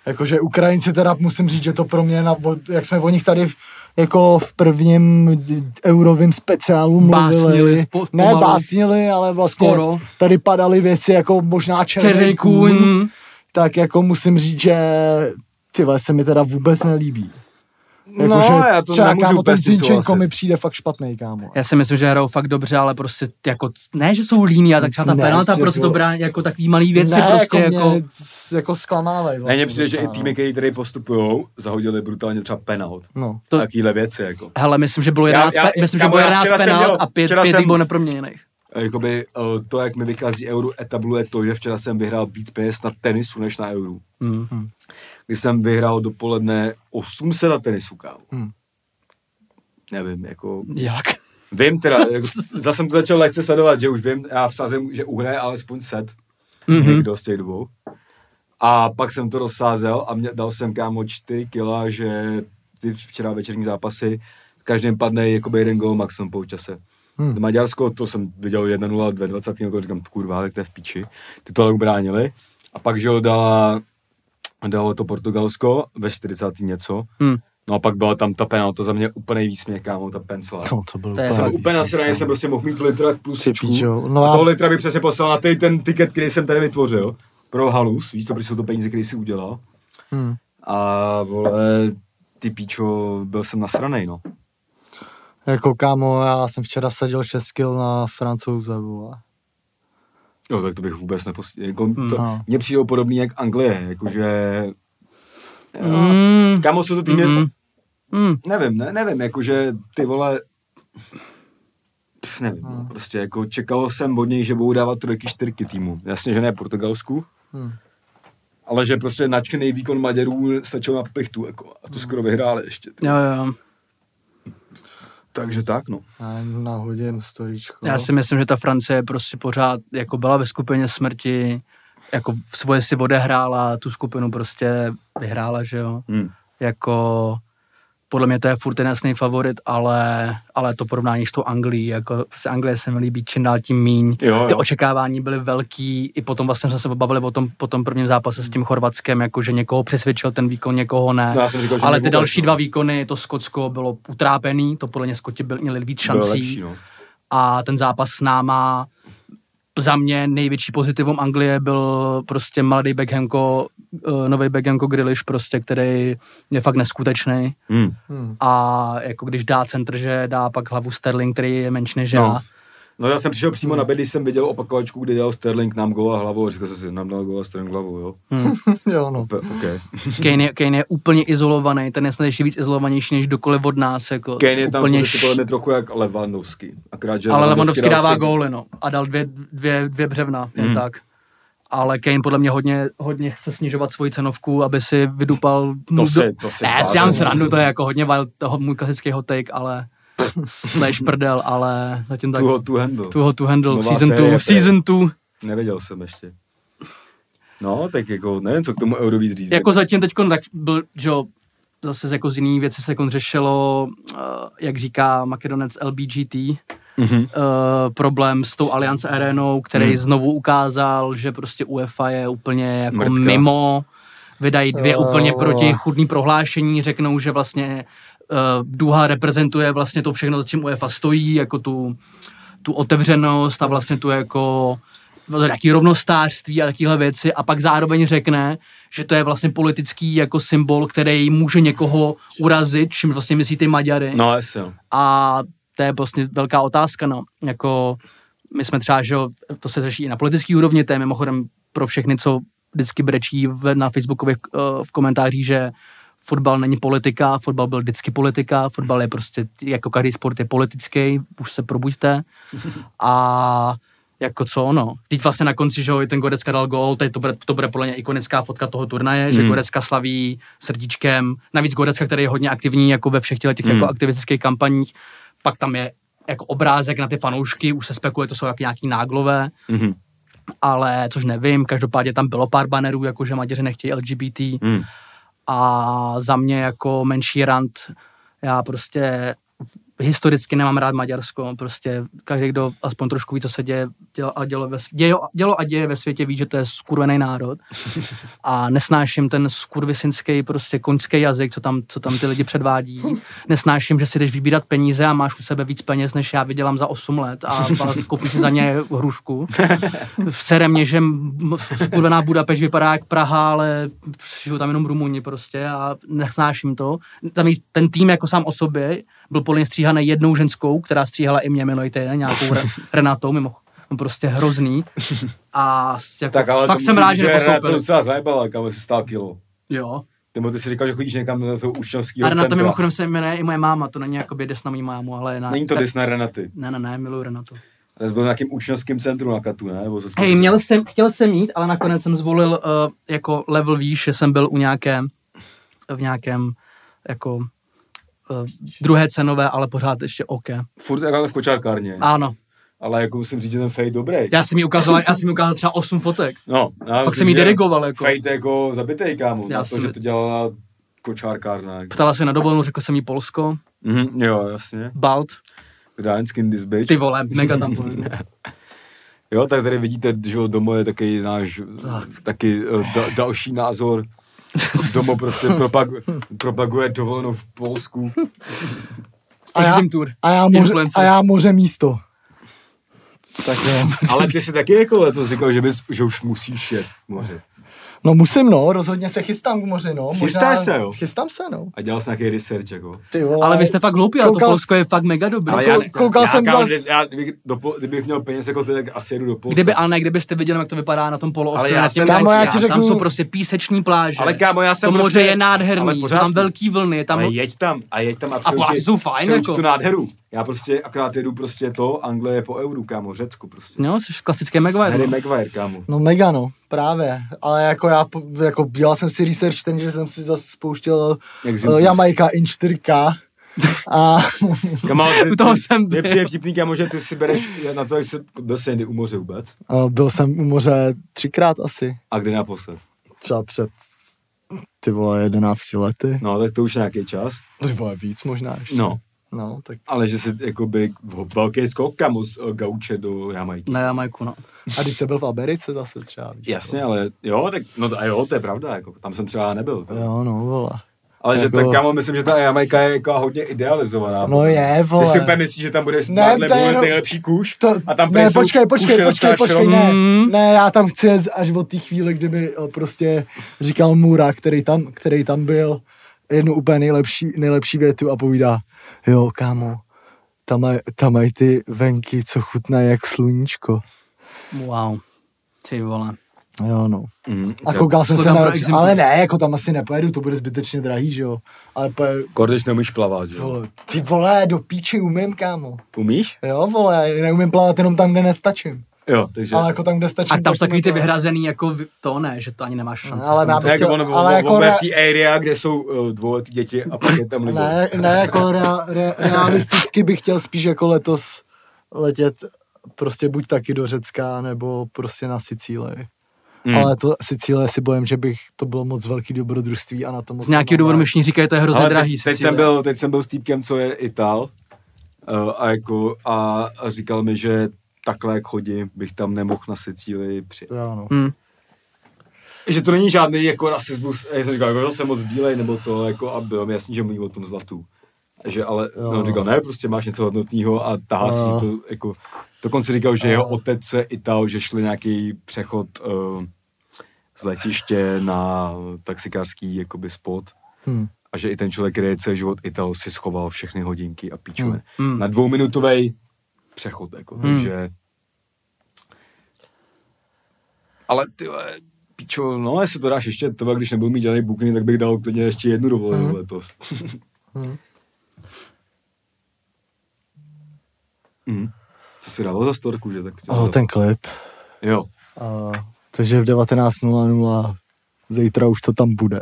Jakože Ukrajinci teda musím říct, že to pro mě, na, jak jsme o nich tady jako v prvním eurovém speciálu mluvili. Básnili, spo, ne básnili, ale vlastně skoro. Tady padaly věci jako možná červený kůň. Tak jako musím říct, že tyhle se mi teda vůbec nelíbí. Jako, no, že já to třeba, nemůžu kámo, ten úplně Zinchenko mi přijde fakt špatný, kámo. Já si myslím, že hrajou fakt dobře, ale prostě jako, ne, že jsou líní, a tak třeba ta ne, penalta jako, prostě to brá jako takový malý věci, ne, prostě jako... jako, jako zklamávají vlastně. Ne, mně přijde, že i týmy, který tady postupujou, zahodili brutálně třeba penalt. No. To... Takýhle věci, jako. Hele, myslím, že bylo jedenáct, já, já, myslím, že bylo jedenáct penalt a pět, pět jsem... bylo neproměněných. Jakoby to, jak mi vychází euro, etabluje to, že včera jsem vyhrál víc peněz na tenisu, než na euru. Mm. Když jsem vyhrál dopoledne osm set na tenisu, kámo. Mm. Nevím, jako... Jak? Vím teda, jako, zase jsem to začal lehce sledovat, že už vím, já vsázím, že uhraje alespoň set, mm-hmm. někdo z těch dvou. A pak jsem to rozsázel a mě, dal jsem, kámo, čtyři kila, že ty včera večerní zápasy, každým padne jakoby jeden gól maximum po čase. Hmm. Maďarsko, to jsem viděl jedna nula ve dvacátém gól, říkám, kurva, tak to je v píči. Ty to ale ubránili. A pak, že ho dala, dalo to Portugalsko ve čtyřicátém něco. Hmm. No a pak byla tam ta penalta, za mě úplně výsměch, kámo, ta pencla. No, to bylo to úplně, jsem úplně na straně, jsem prostě mohl mít litra plus no a toho litra bych přesně poslal na ten, ten tiket, který jsem tady vytvořil. Pro halus, víš to, protože jsou to peníze, které si udělal. Hmm. A vole, ty píčo, byl jsem nasranej, no. Jako kámo, já jsem včera vsadil šest kil na Francouze, vole. No tak to bych vůbec nepostil. Jako, to, no. Mně přijde podobný jak Anglie, jakože... Mm. Kámo, jsou to týmy... Mm. Mm. Nevím, ne, nevím, jakože ty vole... Pff, nevím, mm. no, prostě jako čekal jsem od něj, že budou dávat trojky, čtyřky týmu. Jasně, že ne Portugalsku, mm. ale že prostě nadšený výkon Maďarů stačil na plichtu, jako, a to skoro vyhráli ještě. Jo, jo. Takže tak, no. Já nahodím storíčko. Já si myslím, že ta Francie prostě pořád jako byla ve skupině smrti, jako svoje si odehrála, tu skupinu prostě vyhrála, že jo. Hmm. Jako podle mě to je furt ten jasný favorit, ale, ale to porovnání s tou Anglií, jako se Anglie se mi líbí čím dál tím míň. Jo, jo. Ty očekávání byly velký, i potom vlastně jsme se bavili o tom, po tom prvním zápase s tím Chorvatskem, jako že někoho přesvědčil ten výkon, někoho ne. No, říkal, ale ty další dva výkony, to Skotsko bylo utrápený, to podle mě Skoti byl, měli víc šancí. Lepší, no. A ten zápas s náma, za mě největší pozitivum Anglie byl prostě mladý Beckhamko, uh, nový Beckhamko Grealish prostě, který je fakt neskutečný. Hmm. Hmm. A jako když dá centr, že dá pak hlavu Sterling, který je menší než no. já. No já jsem přišel přímo na bed, když jsem viděl opakovačku, kdy dal Sterling nám góla hlavou a říkal jsem si, nám dal góla Sterling hlavou, jo? Hmm. jo, no. Okay. Kane, je, Kane je úplně izolovaný, ten je snad ještě víc izolovanější než kdokoliv od nás. Jako, Kane je tam úplně š... podle trochu jak Lewandowski. Akrát, že ale Lewandowski dává tři... góly, no. A dal dvě, dvě, dvě břevna, jen hmm. tak. Ale Kane podle mě hodně, hodně chce snižovat svoji cenovku, aby si vydupal... To si, to si ne, já si dám srandu, to je jako hodně wild, toho můj klasický hot take, ale... slash prdel, ale zatím tak... Too hot to handle. Too hot to handle, Nová season two, season two. Nevěděl jsem ještě. No, tak jako, nevím, co k tomu euro víc říct. Jako zatím teďkon tak byl, že jo, zase jako z jiný věci se jako řešilo, uh, jak říká Makedonec L B G T, mm-hmm. uh, problém s tou Allianz Arenou, který mm. znovu ukázal, že prostě UEFA je úplně jako Mrtka. Mimo, vydají dvě uh. úplně protichůdný prohlášení, řeknou, že vlastně uh, Duha reprezentuje vlastně to všechno, za čím UEFA stojí, jako tu, tu otevřenost a vlastně tu jako nějaký rovnostářství a takovéhle věci a pak zároveň řekne, že to je vlastně politický jako symbol, který může někoho urazit, čím vlastně myslí ty Maďary. No, jasně. A to je vlastně velká otázka, no. Jako my jsme třeba, že to se řeší i na politický úrovni, to je mimochodem pro všechny, co vždycky brečí v, na Facebookových uh, v komentářích, že fotbal není politika, fotbal byl vždycky politika, fotbal je prostě, jako každý sport je politický, už se probuďte. A jako co, no. Teď vlastně na konci, že ten Goretzka dal gól, teď to bude, to bude podle mě ikonická fotka toho turnaje, že mm. Goretzka slaví srdíčkem, navíc Goretzka, který je hodně aktivní jako ve všech těch mm. jako aktivistických kampaních, pak tam je jako obrázek na ty fanoušky, už se spekuluje, to jsou jak nějaký náglové, mm. ale což nevím, každopádně tam bylo pár banerů, jako že Maďaři nechtějí L G B T mm. a za mě jako menší rant, já prostě historicky nemám rád Maďarsko, prostě každý, kdo aspoň trošku ví, co se děje, dělo a, dělo ve, dělo, dělo a děje ve světě, ví, že to je skurvený národ a nesnáším ten skurvisinský prostě koňský jazyk, co tam, co tam ty lidi předvádí. Nesnáším, že si jdeš vybírat peníze a máš u sebe víc peněz, než já vydělám za osm let a koupíš si za ně hrušku. Sere mě, že skurvená Budapešť vypadá jak Praha, ale žijou tam jenom Rumuni prostě a nesnáším to. Tam ten tým jako sám o sobě byl podle mě stříhaný jednou ženskou, která stříhala i mě, jmenujte, nějakou Re, Renatou, mimo, prostě hrozný. A jako tak ale fakt jsem rád, že nepostoupili. Renata docela zajebala, kam si stál kilo. Jo. Nebo ty si říkal, že chodíš někam do toho učňovského centra. A Renata centra. mimochodem se jmenuje i moje máma, to není jakoby des na mý mámu, ale na... Není to des na Renaty. Ne, ne, ne, miluji Renatu. Ale jsi byl v nějakém učňovském centru na Katu, ne? Nebo Hej, měl jsem, chtěl jsem jít, ale nakonec jsem zvolil uh, jako level výš, že jsem byl u nějaké, v nějakém, jako uh, druhé cenové, ale pořád ještě OK. Furt jako v kočárkárně. Ano. Ale jako musím říct, že ten fade dobrý. Já jsem mi ukázal, já jsem mi ukázal třeba osm fotek. No. Fakt jsem jí dirigoval, jako. Fade jako zabitej, kámo. Já na to, jsem... že to dělala kočárkárna. Jako. Ptala se na dovolenou, řekl jsem jí Polsko. Mhm, jo, jasně. Balt. Gdaňsk in this bitch. Ty vole, mega tam. Jo, tak tady vidíte, že Domo je taky náš, tak. taky da, další názor. Domo prostě propaguje, propaguje dovolenou v Polsku. A já, a já, moře, a já moře místo. Tak jo. Ale ty jsi taky jako letos říkal, že, bys, že už musíš jet v moři. No musím, no, rozhodně se chystám k moři, no. Chystáš se, jo? Chystám se, no. A dělal jsi nějaký research, jako. Ty vole, ale vy jste fakt hloupí, ale to Polsko je fakt mega dobrý. Ale já, koukal já, jsem já, zas... já, kdybych, do, kdybych měl peněz jako ty, tak asi jedu do Polska. Kdyby, ale ne, kdybyste viděli, jak to vypadá na tom poloostrově, já na těm kámo, já ti řeknu... tam jsou prostě píseční pláže. Ale kámo, já jsem to moře prostě, je nádherný, jsou tam velký vlny, je tam... Ale jeď tam, a jeď tam a A Poláci jsou fajn, jako. tu nádheru. Já prostě akorát jedu prostě to, Anglie po euru, kámo, Řecku prostě. No, jsi klasický Maguire. Harry Maguire, kámo. No mega, no, právě. Ale jako já, jako dělal jsem si research ten, že jsem si zase spouštěl uh, Jamajka in čtyři ká. A... Kámo, u toho jsem byl. Je přijde vtipný, kámo, že ty si bereš na to, jestli byl jsi někdy u moře vůbec. Uh, byl jsem u moře třikrát asi. A kdy naposled? Třeba před, ty vole, jedenácti lety. No, tak to už je nějaký čas. Ty vole, víc možná ještě. No. No, tak... Ale že jsi jakoby velký skok, kamo, z Gauče do Jamajky. Na Jamajku, no. A když jsi byl v Americe zase třeba, víš. Jasně, ale jo, tak, no a jo, to je pravda, jako, tam jsem třeba nebyl. Tak. Jo, no, vole. Ale jako... že tak, kámo, myslím, že ta Jamajka je jako hodně idealizovaná. No je, vole. Ty si úplně myslíš, že tam bude ne, no... nejlepší kůž? To... A tam ne, počkej, počkej, počkej, počkej, ne. Mm. Ne, já tam chci jet až od té chvíle, kdyby prostě říkal Můra, který tam, který tam byl, jednu úplně nejlepší, nejlepší větu a povídá, jo, kámo, tam mají tam maj ty venky, co chutnají jak sluníčko. Wow, ty vole. Jo, no. Mm, a koukal jsem se na... Ale ne, jako tam asi nepojedu, to bude zbytečně drahý, že jo. Ale pojedu... Kordež neumíš plavat, že jo. Vole, ty vole, do píči umím, kámo. Umíš? Jo, vole, neumím plavat jenom tam, kde nestačím. Jo, takže... Ale jako tam, kde stačím... A tam jsou takový ty vyhrazený, jako to ne, že to ani nemáš šanci. Ale já bych chtěl... Jako, ale jako re... v té area, kde jsou uh, dvouletý děti a pak je tam libo. Ne, ne, jako rea, re, realisticky bych chtěl spíš jako letos letět prostě buď taky do Řecka, nebo prostě na Sicílii. Hmm. Ale to Sicílie si bojím, že bych to bylo moc velký dobrodružství a na to moc... Z nějakého důvodu myšní říkají, to je hrozně drahý. Teď, teď, jsem byl, teď jsem byl s týpkem, co je Ital uh, a, jako, a, a říkal mi, že takhle jak chodím, bych tam nemohl na Sicílii přijet. Jo, no. Hmm. Že to není žádný jako rasismus, já jsem říkal, jako, že jsem moc bílej, nebo to, jako, a bylo mi jasný, že mluví o tom zlatu. Že ale, jo. No, říkal, ne, prostě máš něco hodnotného a tahá si to, jako, dokonce říkal, že jeho otec se Ital, že šli nějaký přechod uh, z letiště na taxikářský, jakoby, spot. Hmm. A že i ten člověk, který je celý život Ital, si schoval všechny hodinky a píčové. Hmm. Na dvouminutovej přechod, jako, hmm. takže... Ale ty píčo, no jestli to dáš ještě, to když nebudu mít žádný booking, tak bych dal klidně ještě jednu dovolenou hmm. letos. hmm. Hmm. Co jsi dával za storku, že tak? Ale ten klip. Jo. Uh, takže v devatenáct nula nula zítra už to tam bude.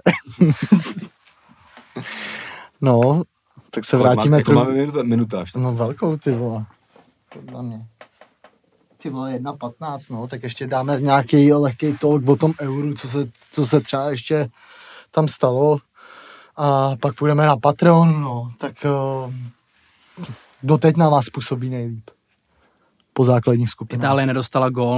No, tak se vrátíme... Jako máme minuta, minutáž. No velkou, ty vole. Podle mě. Ty vole, jedna patnáct, no, tak ještě dáme nějaký lehký talk o tom euru, co se, co se třeba ještě tam stalo. A pak půjdeme na Patreon, no, tak... Uh, doteď na vás působí nejlíp. Po základních skupinách. Itálie nedostala gól.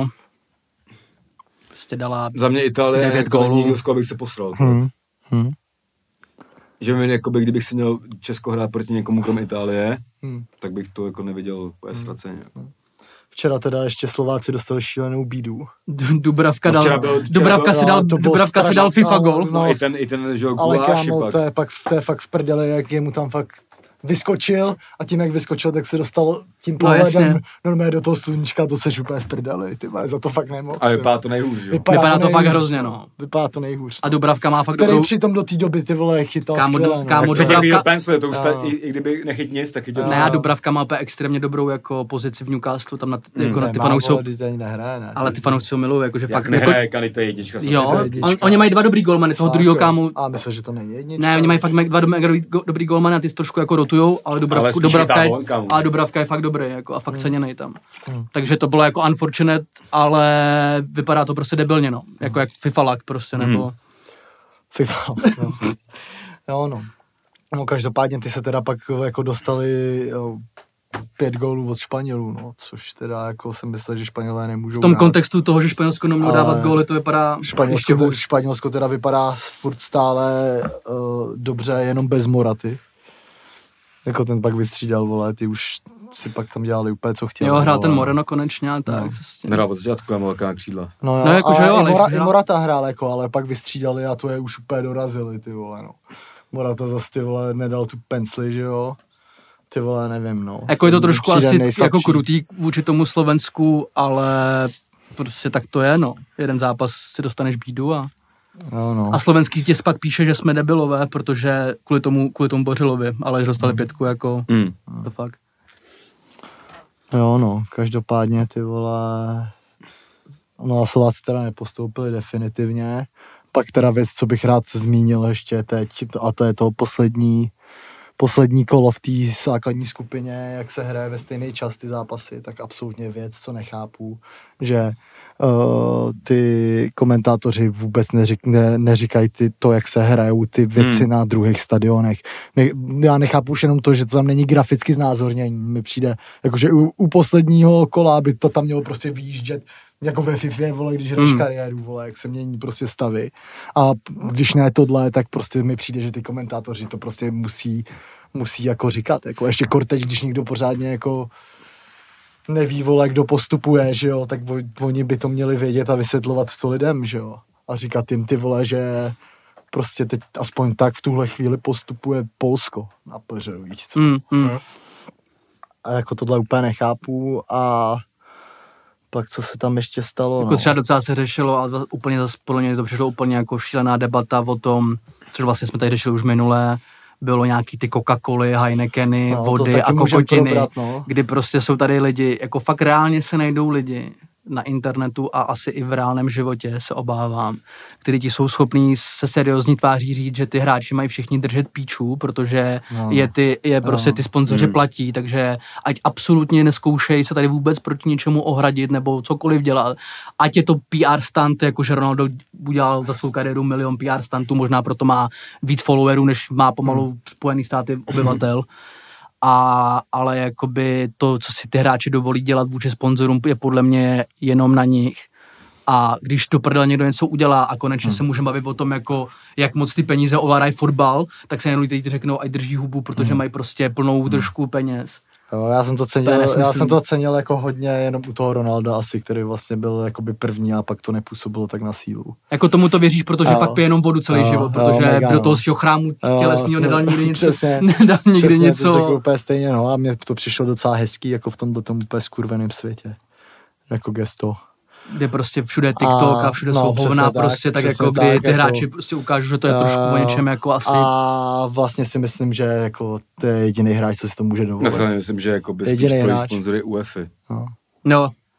Prostě dala Za mě Itálie devět jako gólů. nikdo, z koho bych se posral. Hmm. Hmm. Že mi, jakoby, kdybych si měl Česko hrát proti někomu krom Itálie, Hmm. tak bych to jako neviděl úplně ztraceně. Hmm. Včera teda ještě Slováci dostali šílenou bídu. Dubravka, No dal, včera byl- včera Dubravka, byl- si dal, to bylo Dubravka si dal strašný, FIFA gol. no. No i ten, i ten, že jo, Ale Guláši kámo, pak. to je, pak, to je fakt v prdeli, jak jemu tam fakt vyskočil a tím, jak vyskočil, tak se dostal tím No, jasně. pohledem normálně do toho sluníčka, to seš úplně v prdeli, ty vole, za to fakt nemohl. A vypadá to nejhůř, jo. Vypadá to fakt nejhůř, hrozně, no. Vypadá to nejhůř. A Dubravka má fakt Který dobrou... přitom do té doby ty vole chytal Kámo, skvěle. kámo, no. Tak Dubravka- viděl pencil, to už ta, No. i, i, kdyby nechyt nic, tak chytil. No. Ne, a Dubravka má úplně extrémně dobrou jako pozici v Newcastlu, tam na, Hmm. jako na Ne, ty má, fanoušci, vole, ty ani nehraje, ne. ale ty fanoušci ho milují, jakože Jak fakt, jako, nehraje Kanita jednička. jo, to je jednička. on, oni mají dva dobrý golmany, toho Fakt, druhého jo. kámu, A myslím, že to není jednička. ne, oni mají fakt mají dva dobrý, dobrý golmany a ty trošku jako rotujou, ale Dubravku, spíš Dubravka, je, je tam on, kámo. a Dubravka je fakt dobrý, jako, a fakt Hmm. ceněnej tam. Hmm. Takže to bylo jako unfortunate, ale vypadá to prostě debilně, no, jako jak FIFA lag prostě, nebo... Hmm. FIFA. No. jo, no. No každopádně ty se teda pak jako dostali jo, pět gólů od Španělů, no, což teda jako jsem myslel, že Španělé nemůžou V tom hrát. kontextu toho, že Španělsko nemělo Ale dávat góly, to vypadá ještě Španělsko, te, hůř. Španělsko teda vypadá furt stále uh, dobře, jenom bez Moraty. Jako ten pak vystřídal, vole, ty už si pak tam dělali úplně, co chtěli. Jo, hrál vole. ten Moreno konečně a tak. No. Prostě. Nehrál od začátku, já velká křídla. No, jo, No, jako, že jo, i, ale Mora, když i hrál- Morata hrál, jako, ale pak vystřídali a to je už úplně dorazili, ty vole, no. Morata zase, ty vole, nedal tu pensli, že jo. Ty vole, nevím, no. Jako je to trošku Přijde asi nejslabší. jako krutý vůči tomu Slovensku, ale prostě tak to je, no. Jeden zápas si dostaneš bídu a, Jo, no. a slovenský tisk pak píše, že jsme debilové, protože kvůli tomu, kvůli tomu Bořilovi, ale že dostali pětku jako Hmm. to fakt. Jo, no, každopádně, ty vole, no a Slováci teda nepostoupili definitivně. Pak teda věc, co bych rád zmínil ještě teď, a to je to poslední, poslední kolo v té základní skupině, jak se hraje ve stejný čas ty zápasy, tak absolutně věc, co nechápu, že uh, ty komentátoři vůbec neřík, ne, neříkají ty, to, jak se hrajou ty věci hmm. na druhých stadionech. Ne, já nechápu už jenom to, že to tam není graficky znázornění. Mi přijde, jakože u, u posledního kola by to tam mělo prostě vyjíždět jako ve FIFA, vole, když hraješ Hmm. kariéru, vole, jak se mění prostě stavy. A když ne tohle, tak prostě mi přijde, že ty komentátoři to prostě musí, musí jako říkat. Jako ještě kor teď, když někdo pořádně jako neví, vole, kdo postupuje, že jo, tak oni by to měli vědět a vysvětlovat to lidem, že jo. A říkat jim, ty vole, že prostě teď aspoň tak v tuhle chvíli postupuje Polsko na peře, víš co. Mm, mm. A jako tohle úplně nechápu a pak co se tam ještě stalo, Jako no. třeba docela se řešilo a úplně zase podle mě to přišlo úplně jako šílená debata o tom, což vlastně jsme tady řešili už minulé, bylo nějaký ty Coca-Coly, Heinekeny, No, to vody taky a můžem kokotiny, probrat, no. kdy prostě jsou tady lidi, jako fakt reálně se najdou lidi na internetu a asi i v reálném životě, se obávám, kteří ti jsou schopní se seriózní tváří říct, že ty hráči mají všichni držet píčů, protože No. je, ty, je prostě No. ty sponzoři Hmm. platí, takže ať absolutně neskoušej se tady vůbec proti něčemu ohradit nebo cokoliv dělat. Ať je to P R stunt, jakože Ronaldo udělal za svou kariéru milion P R stuntů, možná proto má víc followerů, než má pomalu Spojený státy obyvatel. A, ale jakoby to, co si ty hráči dovolí dělat vůči sponzorům, je podle mě jenom na nich. A když to prdel někdo něco udělá a konečně hmm. se můžeme bavit o tom, jako, jak moc ty peníze ovládají fotbal, tak se jenom lidi řeknou, ať drží hubu, protože hmm. mají prostě plnou držku peněz. Jo, já jsem to To cenil, je já nesmyslný. jsem to cenil jako hodně jenom u toho Ronalda asi, který vlastně byl jakoby první a pak to nepůsobilo tak na sílu. Jako tomu to věříš, protože Jo. fakt pije jenom vodu celý Jo, život, jo, protože mega, do no. toho svého chrámu tělesního nedal nikdy něco, Přesně, nedal nikdy přesně, něco. to řekl úplně stejně, no a mně to přišlo docela hezký, jako v tomhle tom úplně skurveném světě. Jako gesto. Kde prostě všude je TikTok a, a všude no, jsou přesně hovna tak, prostě, tak přesně jako kdy tak, ty jako- hráči prostě ukážou, že to je Jo, trošku o něčem jako asi. A vlastně si myslím, že jako to je jediný hráč, co si to může Já dovolit. si myslím, že jako by spíš Jedinej tvoji hráč. sponzory UEFA. No. No,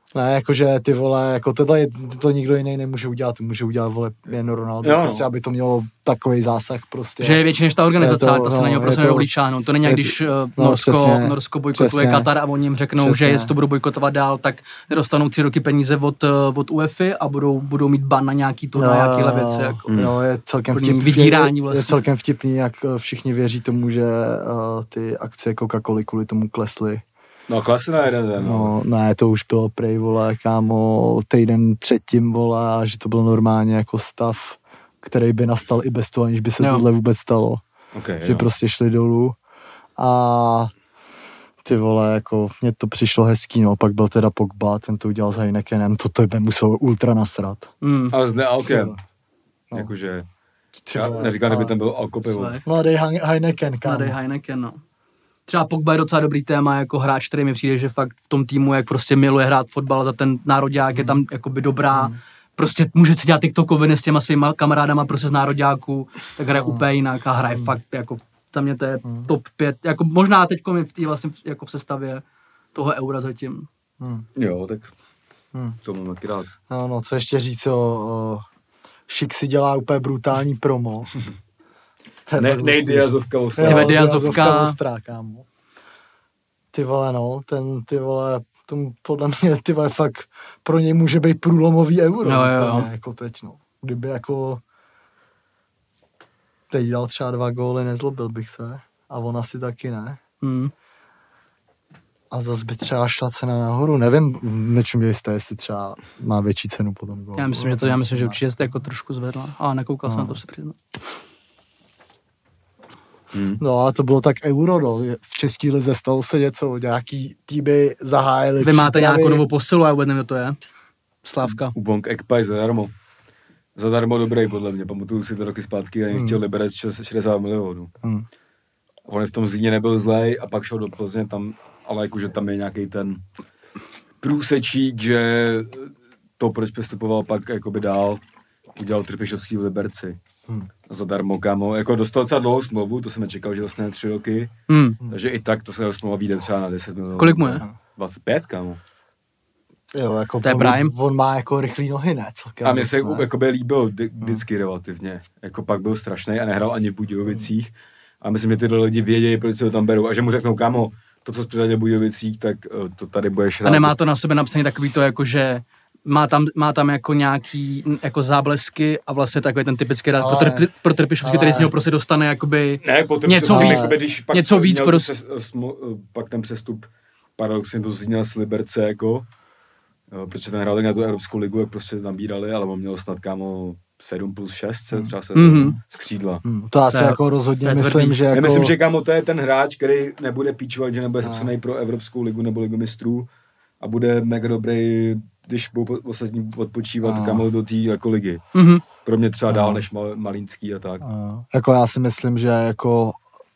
Ne, jakože ty vole, jako tohle je, to nikdo jiný nemůže udělat, to může udělat, vole, jen Ronaldo, jo, prostě, no. aby to mělo takový zásah, prostě. Že je větší než ta organizace, to, to, ta se no, na něho prostě to, nedovolí šáhnout. To není jak když uh, no, Norsko, přesně, Norsko bojkotuje přesně, Katar a oni jim řeknou, přesně. že jestli to budou bojkotovat dál, tak nedostanou tři roky peníze od, uh, od UEFA a budou, budou mít ban na nějaký to, no, na nějakýhle věci. Jako. No, je celkem Plný vtipný, vydírání vlastně. je celkem vtipný, jak všichni věří tomu, že uh, ty akcie Coca-Coly kvůli tomu klesly. No klesy na jeden den. No, ne, to už bylo prej, vole, kámo, týden předtím, vole, a že to byl normálně jako stav, který by nastal i bez toho, aniž by se jo. tohle vůbec stalo. Okay, že jo. prostě šli dolů a ty vole, jako mně to přišlo hezký, no, pak byl teda Pogba, ten to udělal s Heinekenem, to tebe muselo ultra nasrat. Mm. Ale s nealkem. No. Jakože, Ty já vole, neříkám, a- kdyby ten byl alkopivo. Mladý Hein- Heineken, kámo. Mladý Heineken, no. Třeba Pogba je docela dobrý téma, jako hráč, který mi přijde, že fakt v tom týmu, jak prostě miluje hrát fotbal, za ten nároďák mm. je tam jakoby dobrá, mm. prostě může si dělat tiktokoviny s těma svýma kamarádama prostě z nároďáků, tak hraje mm. úplně jinak a hraje mm. fakt jako, za mě to je mm. top pět, jako možná teďko mi v té vlastně jako v sestavě toho Eura zatím. Hmm. Jo, tak Hmm. to mám taky rád. No, no, co ještě říct, o, o Šik si dělá úplně brutální promo. Ne, nejde jazovka ostrá. Ty vole, Diazovka. ostrá, kámo. Ty vole, no, ten, ty vole, tomu podle mě, ty vole, fakt pro něj může být průlomový euro. Jo, jo, jo. Úplně, jako teď, no. Kdyby jako teď dal třeba dva góly, nezlobil bych se. A on asi taky ne. Hmm. A zase by třeba šla cena nahoru, nevím, nečím jste, jestli třeba má větší cenu po tom gólu. Já myslím, že to, já myslím, že určitě jste jako trošku zvedla, ale nekoukal jsem na to, se přiznat. Hmm. No a to bylo tak euro, no. V české lize stalo se něco, nějaký týmy zahájili Vy máte přípravy. nějakou novou posilu, já vůbec nevím, kdo to je. Slávka. Ubong Ekpaj zadarmo. Zadarmo dobrý, podle mě. Pamatuju si to roky zpátky, a Hmm. chtěl Liberec šedesát milionů. Hmm. On v tom Zlíně nebyl zlej a pak šel do Plzně tam, ale jakože tam je nějaký ten průsečík, že to, proč přestupoval pak jakoby dál, udělal Trpišovský v Liberci. Hmm. Zadarmo, kámo. Jako dostal docela dlouhou smlouvu, to jsem nečekal, že dostane tři roky. Hmm. Takže i tak to se jeho smlouva vyjde třeba na deset milionů. Kolik mu je? dvacet pět, kámo. Jo, jako To je on, prime. on má jako rychlý nohy, ne? Celkem A mně se moc, ne? jakoby líbil vždy- vždycky relativně. Jako pak byl strašný a nehrál ani v Budějovicích. A myslím, že tyhle lidi vědějí, proč se ho tam berou. A že mu řeknou, kámo, to, co předvedl v Budějovicích, tak eh, to tady budeš hrát. A nemá to na sebe napsané takový to, jako že má tam, má tam jako nějaký jako záblesky a vlastně takový ten typický rád Ale- pro, trpi, pro Trpišovský, ale- který z něho prostě dostane jakoby Ne, potom něco to víc, jakoby, když pak něco víc měl pro... tu přes, smu, pak ten přestup paradoxně to zněl z Liberce, jako, jo, protože ten hrál tak na tu Evropskou ligu, jak prostě nabírali, ale on měl snad, kámo, sedm plus šest, se třeba se Mhm. z křídla. Hmm, to asi To je- jako rozhodně to je myslím, tvrdý. že Já jako... myslím, že kámo, to je ten hráč, který nebude píčovat, že nebude No. sepsaný pro Evropskou ligu nebo ligu mistrů a bude mega dobrý, když budou po- ostatní odpočívat, No. kámo, do té jako ligy. Mhm. Pro mě třeba dál No. než Mal, Malínský a tak. Uh, jako já si myslím, že jako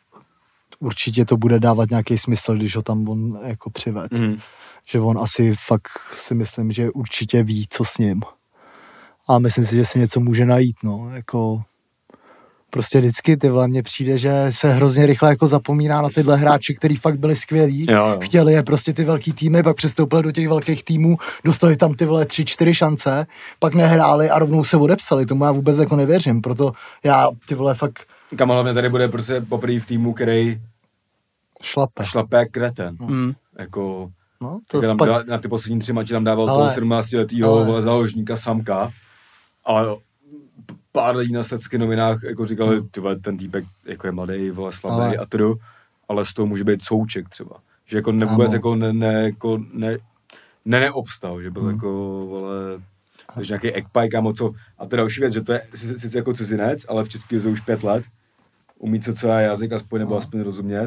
určitě to bude dávat nějaký smysl, když ho tam on jako přived. Mhm. Že on asi fakt si myslím, že určitě ví, co s ním. A myslím si, že si něco může najít, no, jako prostě vždycky ty vole, mně přijde, že se hrozně rychle jako zapomíná na tyhle hráči, kteří fakt byli skvělí. Jo, jo. Chtěli je prostě ty velký týmy, pak přestoupili do těch velkých týmů, dostali tam ty vole tři, čtyři šance, pak nehráli a rovnou se odepsali, tomu já vůbec jako nevěřím, proto já ty vole fakt Kam hlavně tady bude prostě poprvé v týmu, který šlape. šlape jak kreten. Mm. Jako, No, to tak tam pak, dá, na ty poslední tři mači tam dával Ale- toho sedmnáctiletýho ale- vole záložníka Samka. Ale p- pár lidí na statských novinách jako říkali, ty vole, ten týpek jako je mladý, vole, slabý Ale- a to, ale z toho může být Souček třeba. Že jako ne, vůbec Ano. jako ne, ne, jako ne, ne, neobstal, že byl Hmm. jako, vole, takže nějaký Ekpaj, kámo, co. A to další věc, že to je sice, sice jako cizinec, ale v České lize už pět let. Umí co co je jazyk, aspoň nebo No. aspoň rozumět.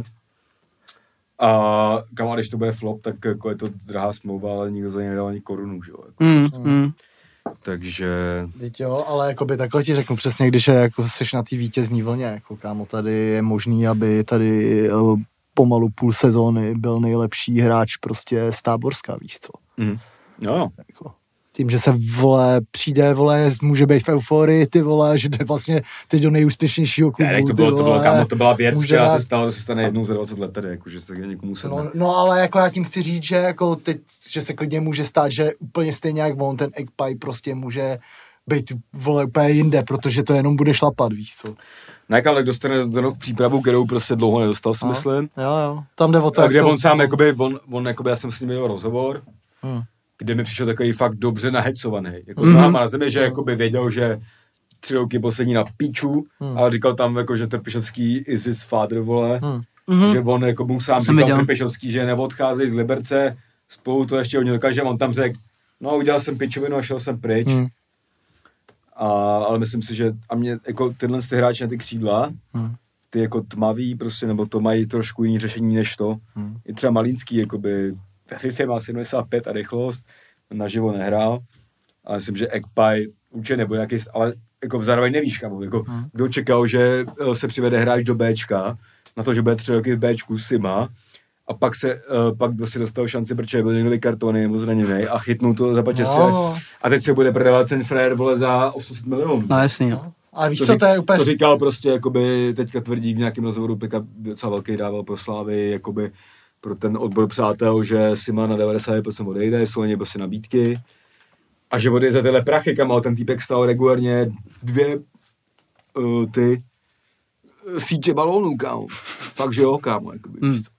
A kam, a když to bude flop, tak jako je to drahá smlouva, ale nikdo za něj nedal ani korunu, že jo. Jako, Mm. Mm. takže, Teď jo, ale jakoby takhle ti řeknu přesně, když je, jako jsi na té vítězní vlně, jako kámo, tady je možný, aby tady eh, pomalu půl sezóny byl nejlepší hráč prostě z Táborska, víš co. mm, jo, Jako. tím, že se, vole, přijde, vole, může být v euforii, ty vole, že jde vlastně teď do nejúspěšnějšího klubu, ne, to, ty bylo, vole, to, bylo, kámo, to byla věc, která dát... se stala, to se stane jednou za dvacet let tady, jako, že se někomu sedne. No, no, ale jako já tím chci říct, že jako teď, že se klidně může stát, že úplně stejně jak on, ten Eggpie prostě může být, vole, úplně jinde, protože to jenom bude šlapat, víš co. No jak ale dostane do rok přípravu, kterou prostě dlouho nedostal, si myslím. Jo, jo, tam jde o to, a kde to... on sám, jakoby, on, on, jakoby, já jsem s ním měl rozhovor, hmm. kde mi přišel takový fakt dobře nahecovaný. Jako Mm-hmm. s nohama na zemi, že jakoby věděl, že tři roky poslední na píču, hmm. ale říkal tam, jako, že Trpišovský is his father, vole, hmm. že on jako mu sám Jsem říkal viděl. Trpišovský, že neodcházejí z Liberce, spolu to ještě hodně dokáže, on tam řekl, no udělal jsem pičovinu a šel jsem pryč. Hmm. A, ale myslím si, že a mě jako tyhle ty hráči na ty křídla, Hmm. ty jako tmavý prostě, nebo to mají trošku jiný řešení než to. Hmm. I třeba Malínský, jakoby ve FIFA má sedmdesát pět a rychlost, naživo nehrál, ale myslím, že Eggpie určitě nebude nějaký, ale jako zároveň nevíš, kamo, jako Hmm. kdo čekal, že se přivede hráč do Bčka, na to, že bude tři roky v Bčku Sima, a pak se, uh, pak si dostal šanci, protože byl někdo kartony nebo zraněný a chytnul to za pačese. No. A teď se bude prodávat ten frér, vole, za osm set milionů. No jasný, jo. A víš To, co, řík, to je úplně... to říkal prostě, jakoby teďka tvrdí v nějakém rozhovoru, Pika docela velký dával pro Slávy, jakoby pro ten odbor přátel, že Sima na devadesát procent odejde, jsou na něj prostě nabídky a že odejde za tyhle prachy, kam ale ten týpek stál regulárně dvě uh, ty uh, sítě balónů, kámo. Fakt, že jo, kámo, jakoby, Hmm. víš co.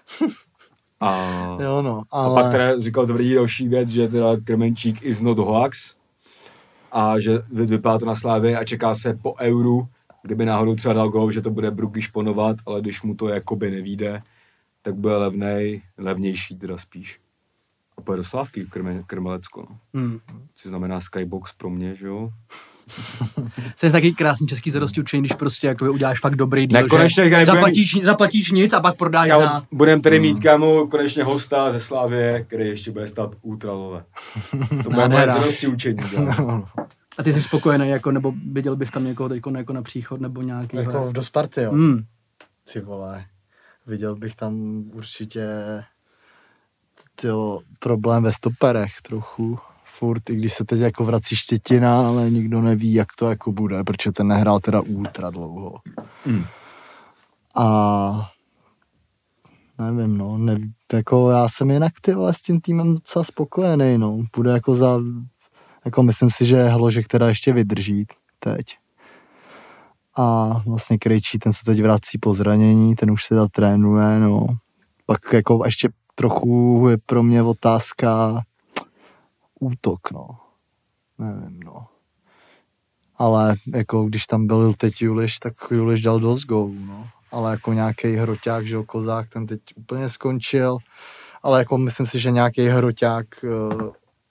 A, Jo no, a ale... pak teda říkal tvrdí další věc, že teda Krmenčík is not hoax a že vypadá to na Slávě a čeká se po euru, kdyby náhodou třeba dal gól, že to bude Brugy šponovat, ale když mu to jakoby nevíde, tak bude levnej, levnější teda spíš. A pojede do Slávky Krme, Krmelecko, no. Hmm. Což znamená Skybox pro mě, že jo. To je taky krásný český zadosti učení, když prostě jakoby uděláš fakt dobrý díl, Ne, konečně, že nebudem- zaplatíš, zaplatíš nic a pak prodáš Já na... budeme tady mít kámo konečně hosta ze Slávie, který ještě bude stát ultralové. To bude moje Nádhera. zadosti učení. kámo. A ty jsi spokojený, jako, nebo viděl bys tam někoho teďko jako na příchod, nebo nějaký... Jako do Sparty, jo. Hmm. Ty vole, viděl bych tam určitě tyjo, problém ve stoperech trochu. Furt, i když se teď jako vrací Štětina, ale nikdo neví, jak to jako bude, protože ten nehrál teda ultra dlouho. Hmm. A nevím, no, ne, jako já jsem jinak ty vole s tím týmem docela spokojený, no. Bude jako za, jako myslím si, že Hložek teda ještě vydrží teď. A vlastně Krejčí, ten se teď vrací po zranění, ten už se teda trénuje, no. Pak jako ještě trochu je pro mě otázka útok, no. Nevím, no. Ale jako když tam byl teď Juliš, tak Juliš dal dost gólů, no. Ale jako nějaký hroťák, že jo, Kozák, ten teď úplně skončil. Ale jako myslím si, že nějaký hroťák uh,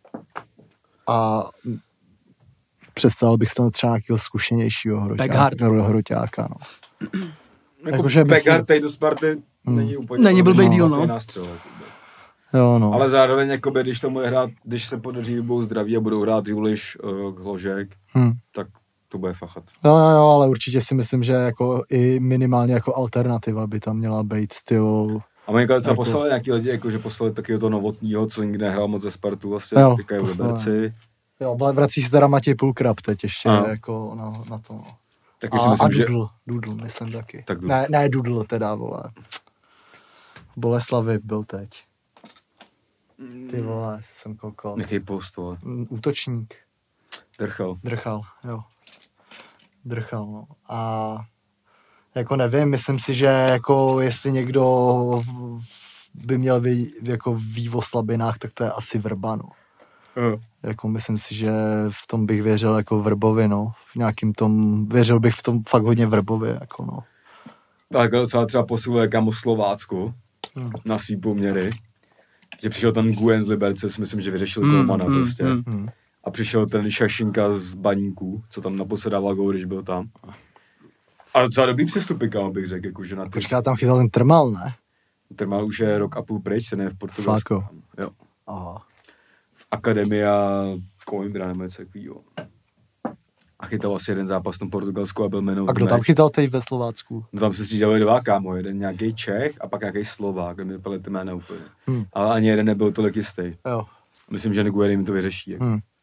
a představil bych si tam třeba nějakého zkušenějšího hroťáka, hroťáka, no. Jako Jakože Pekar myslím- teď do Sparty Hmm. není úplně... Není blbej díl, no. Nástřel, jakoby. Jo, no. Ale zároveň, jakoby, když to bude hrát, když se podaří, budou zdraví a budou hrát Juliš, uh, Hložek, Hmm. tak to bude fachat. Jo, jo, jo, ale určitě si myslím, že jako i minimálně jako alternativa by tam měla být, tyjo. A oni docela Jako- poslali nějaký lidi, jako, že poslali takového toho novotního, co nikdy nehrál moc ze Spartu, vlastně Jo, říkají v poslali. Liberci. Jo, vle- vrací se teda Matěj Pulkrab teď ještě Ano. jako na, na to, no. Taky si A, a myslím, že... Dudl, Dudl, myslím taky. Tak Dudl. Ne, ne Dudl teda, vole. Boleslavy byl teď. Ty vole, jsem koukal. Nechej post, vole. Mm, Útočník. Drchal. Drchal, jo. Drchal, no. A jako nevím, myslím si, že jako jestli někdo by měl vy, jako ví o slabinách, tak to je asi Vrba, no. Uh. Jako myslím si, že v tom bych věřil jako Vrbovi, no. V nějakým tom, věřil bych v tom fakt hodně Vrbovi, jako no. Tak docela třeba posiluje kámo Slovácku Hmm. na svý poměry. Že přišel ten Guen z Liberce, si myslím, že vyřešil Hmm, golmana hmm, prostě. hmm. Hmm. A přišel ten Šašinka z Baníků, co tam naposled dával gól, když byl tam. A docela dobrý přestupy, kámo, bych řekl, jakože na ty... Počká, tam chytal ten Trmal, ne? Ten má už je rok a půl pryč, ten je v Portugalsku. Fakt, Jo. Aha. V Akademia Coimbra nebo něco takovýho. A chytal asi jeden zápas v tom Portugalsku a byl jmenovaný. A kdo tam chytal teď ve Slovácku? No tam se střídali dva, kámo, jeden nějaký Čech a pak nějaký Slovák, mi vypadaly ty jména úplně. Hmm. Ale ani jeden nebyl tolik jistý. Jo. Myslím, že Nguyen mi to vyřeší. Jako. Hmm.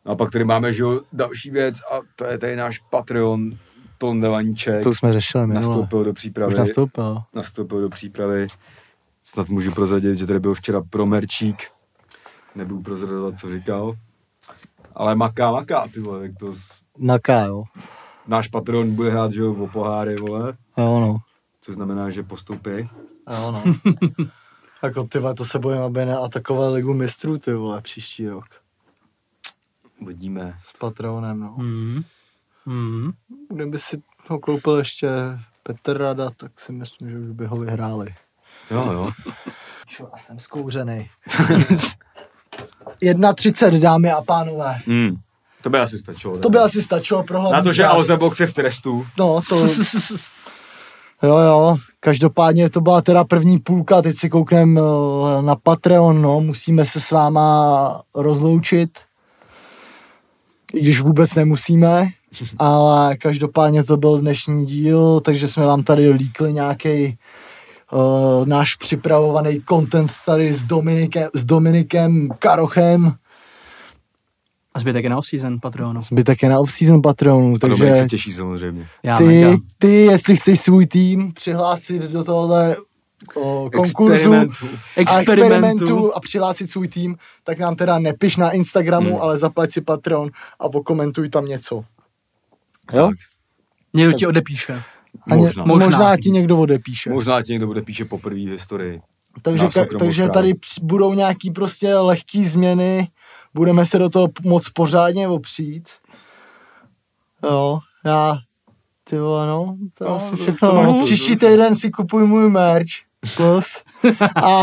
A pak tady máme, že jo, další věc a to je tady náš Patreon, Tonda Vaníček. To jsme řešili minule. Nastoupil do přípravy. Už nastoupil. Nastoupil do přípravy. Snad můžu prozradit, že tady byl včera pro merčík. Nebudu prozradovat, co říkal. Ale maká, maká, ty vole, jak to... Z... Maká, jo. Náš Patreon bude hrát, že jo, o poháry, vole. Jo, no. Což znamená, že postoupí. Jo, no. Jako, ty vole, to se bojím, aby neatakoval Ligu mistrů, ty vole, příští rok. Uvidíme. S Patronem, no. Mm. Mm. Kdyby si ho koupil ještě Petr Rada, tak si myslím, že už by ho vyhráli. Jo, jo. Čo, a jsem zkouřenej. jedna třicet, dámy a pánové. Hmm. To by asi stačilo. To by asi stačilo pro hlavní na to, že část. Alzebox je v trestu. No, to... Jo, jo, každopádně to byla teda první půlka, teď si koukneme na Patreon, no, musíme se s váma rozloučit, i když vůbec nemusíme, ale každopádně to byl dnešní díl, takže jsme vám tady líkli nějaký uh, náš připravovaný content tady s Dominikem, s Dominikem Karochem. A zbytek je na off-season Patreonu. Zbytek je na off-season Patreonu, takže... Dominik se těší samozřejmě. Já Ty, mega. ty, jestli chceš svůj tým přihlásit do tohohle o, konkurzu Experimentu. a experimentu a přihlásit svůj tým, tak nám teda nepiš na Instagramu, Hmm. ale zaplať si Patreon a okomentuj tam něco. Jo? Tak. Někdo ti odepíše. A ně, Možná. možná. Možná. možná ti někdo odepíše. Možná ti někdo bude píše poprvé v historii. takže na ka, soukromou takže zprávu. tady ps- budou nějaký prostě lehký změny, budeme se do toho moc pořádně opřít. Jo, já, ty vole, no, to je No, asi co všechno. máš No. tu? Příští týden si kupuj můj merch, plus. A...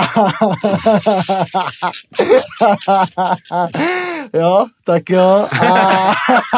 jo, tak jo. A...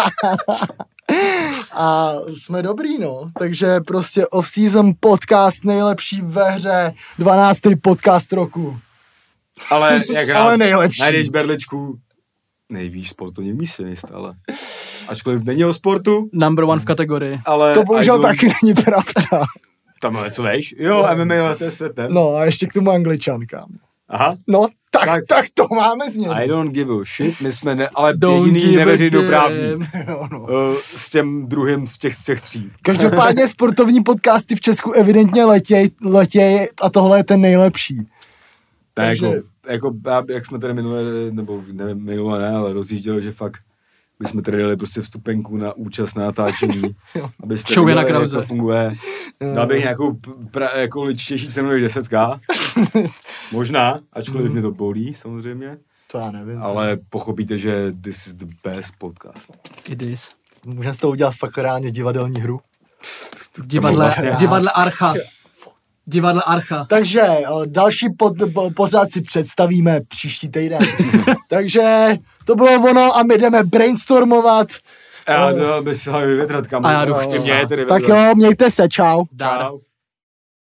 A jsme dobrý, no. Takže prostě off-season podcast nejlepší ve hře, dvanáctý podcast roku. Ale jak rád Ale nejlepší. najdeš berličku, nejvíš sportovní místě stále. Ačkoliv není o sportu, Number one v kategorii. ale... To bohužel I don't- taky není pravda. Tam ale co veš? Jo, M M A leté světem. No a ještě k tomu Angličankám. Aha. No, tak, tak, Tak. tak to máme změnit. I don't give a shit, my jsme ne, ale Don't jediný give a neveřejnoprávní. damn. Jo, no. Uh, s těm druhým z těch, z těch tří. Každopádně sportovní podcasty v Česku evidentně letěj, letěj a tohle je ten nejlepší. Tak Takže- jako, jako, já- jak jsme tady minule, nebo nevím, minule ne, ale rozjížděli, že fakt bychom tady dali prostě vstupenku na účast na natáčení, abyste Show je na viděli, jak Krause. to funguje. Dal bych nějakou pra, jako ličtější cenu než deset ká. Možná, ačkoliv mě to bolí samozřejmě, To já nevím. ale pochopíte, že this is the best podcast. It is. Můžeme z toho udělat fakt reálně divadelní hru. Divadle, vlastně- divadle Archa. Divadle Archa. Takže o, další pod, po, pořád si představíme příští týden. Takže to bylo ono a my jdeme brainstormovat. Já to by se hlavně vyvětrat, kam. A já jdu Ty mě je tedy Tak jo, mějte se, čau. Dár. Čau.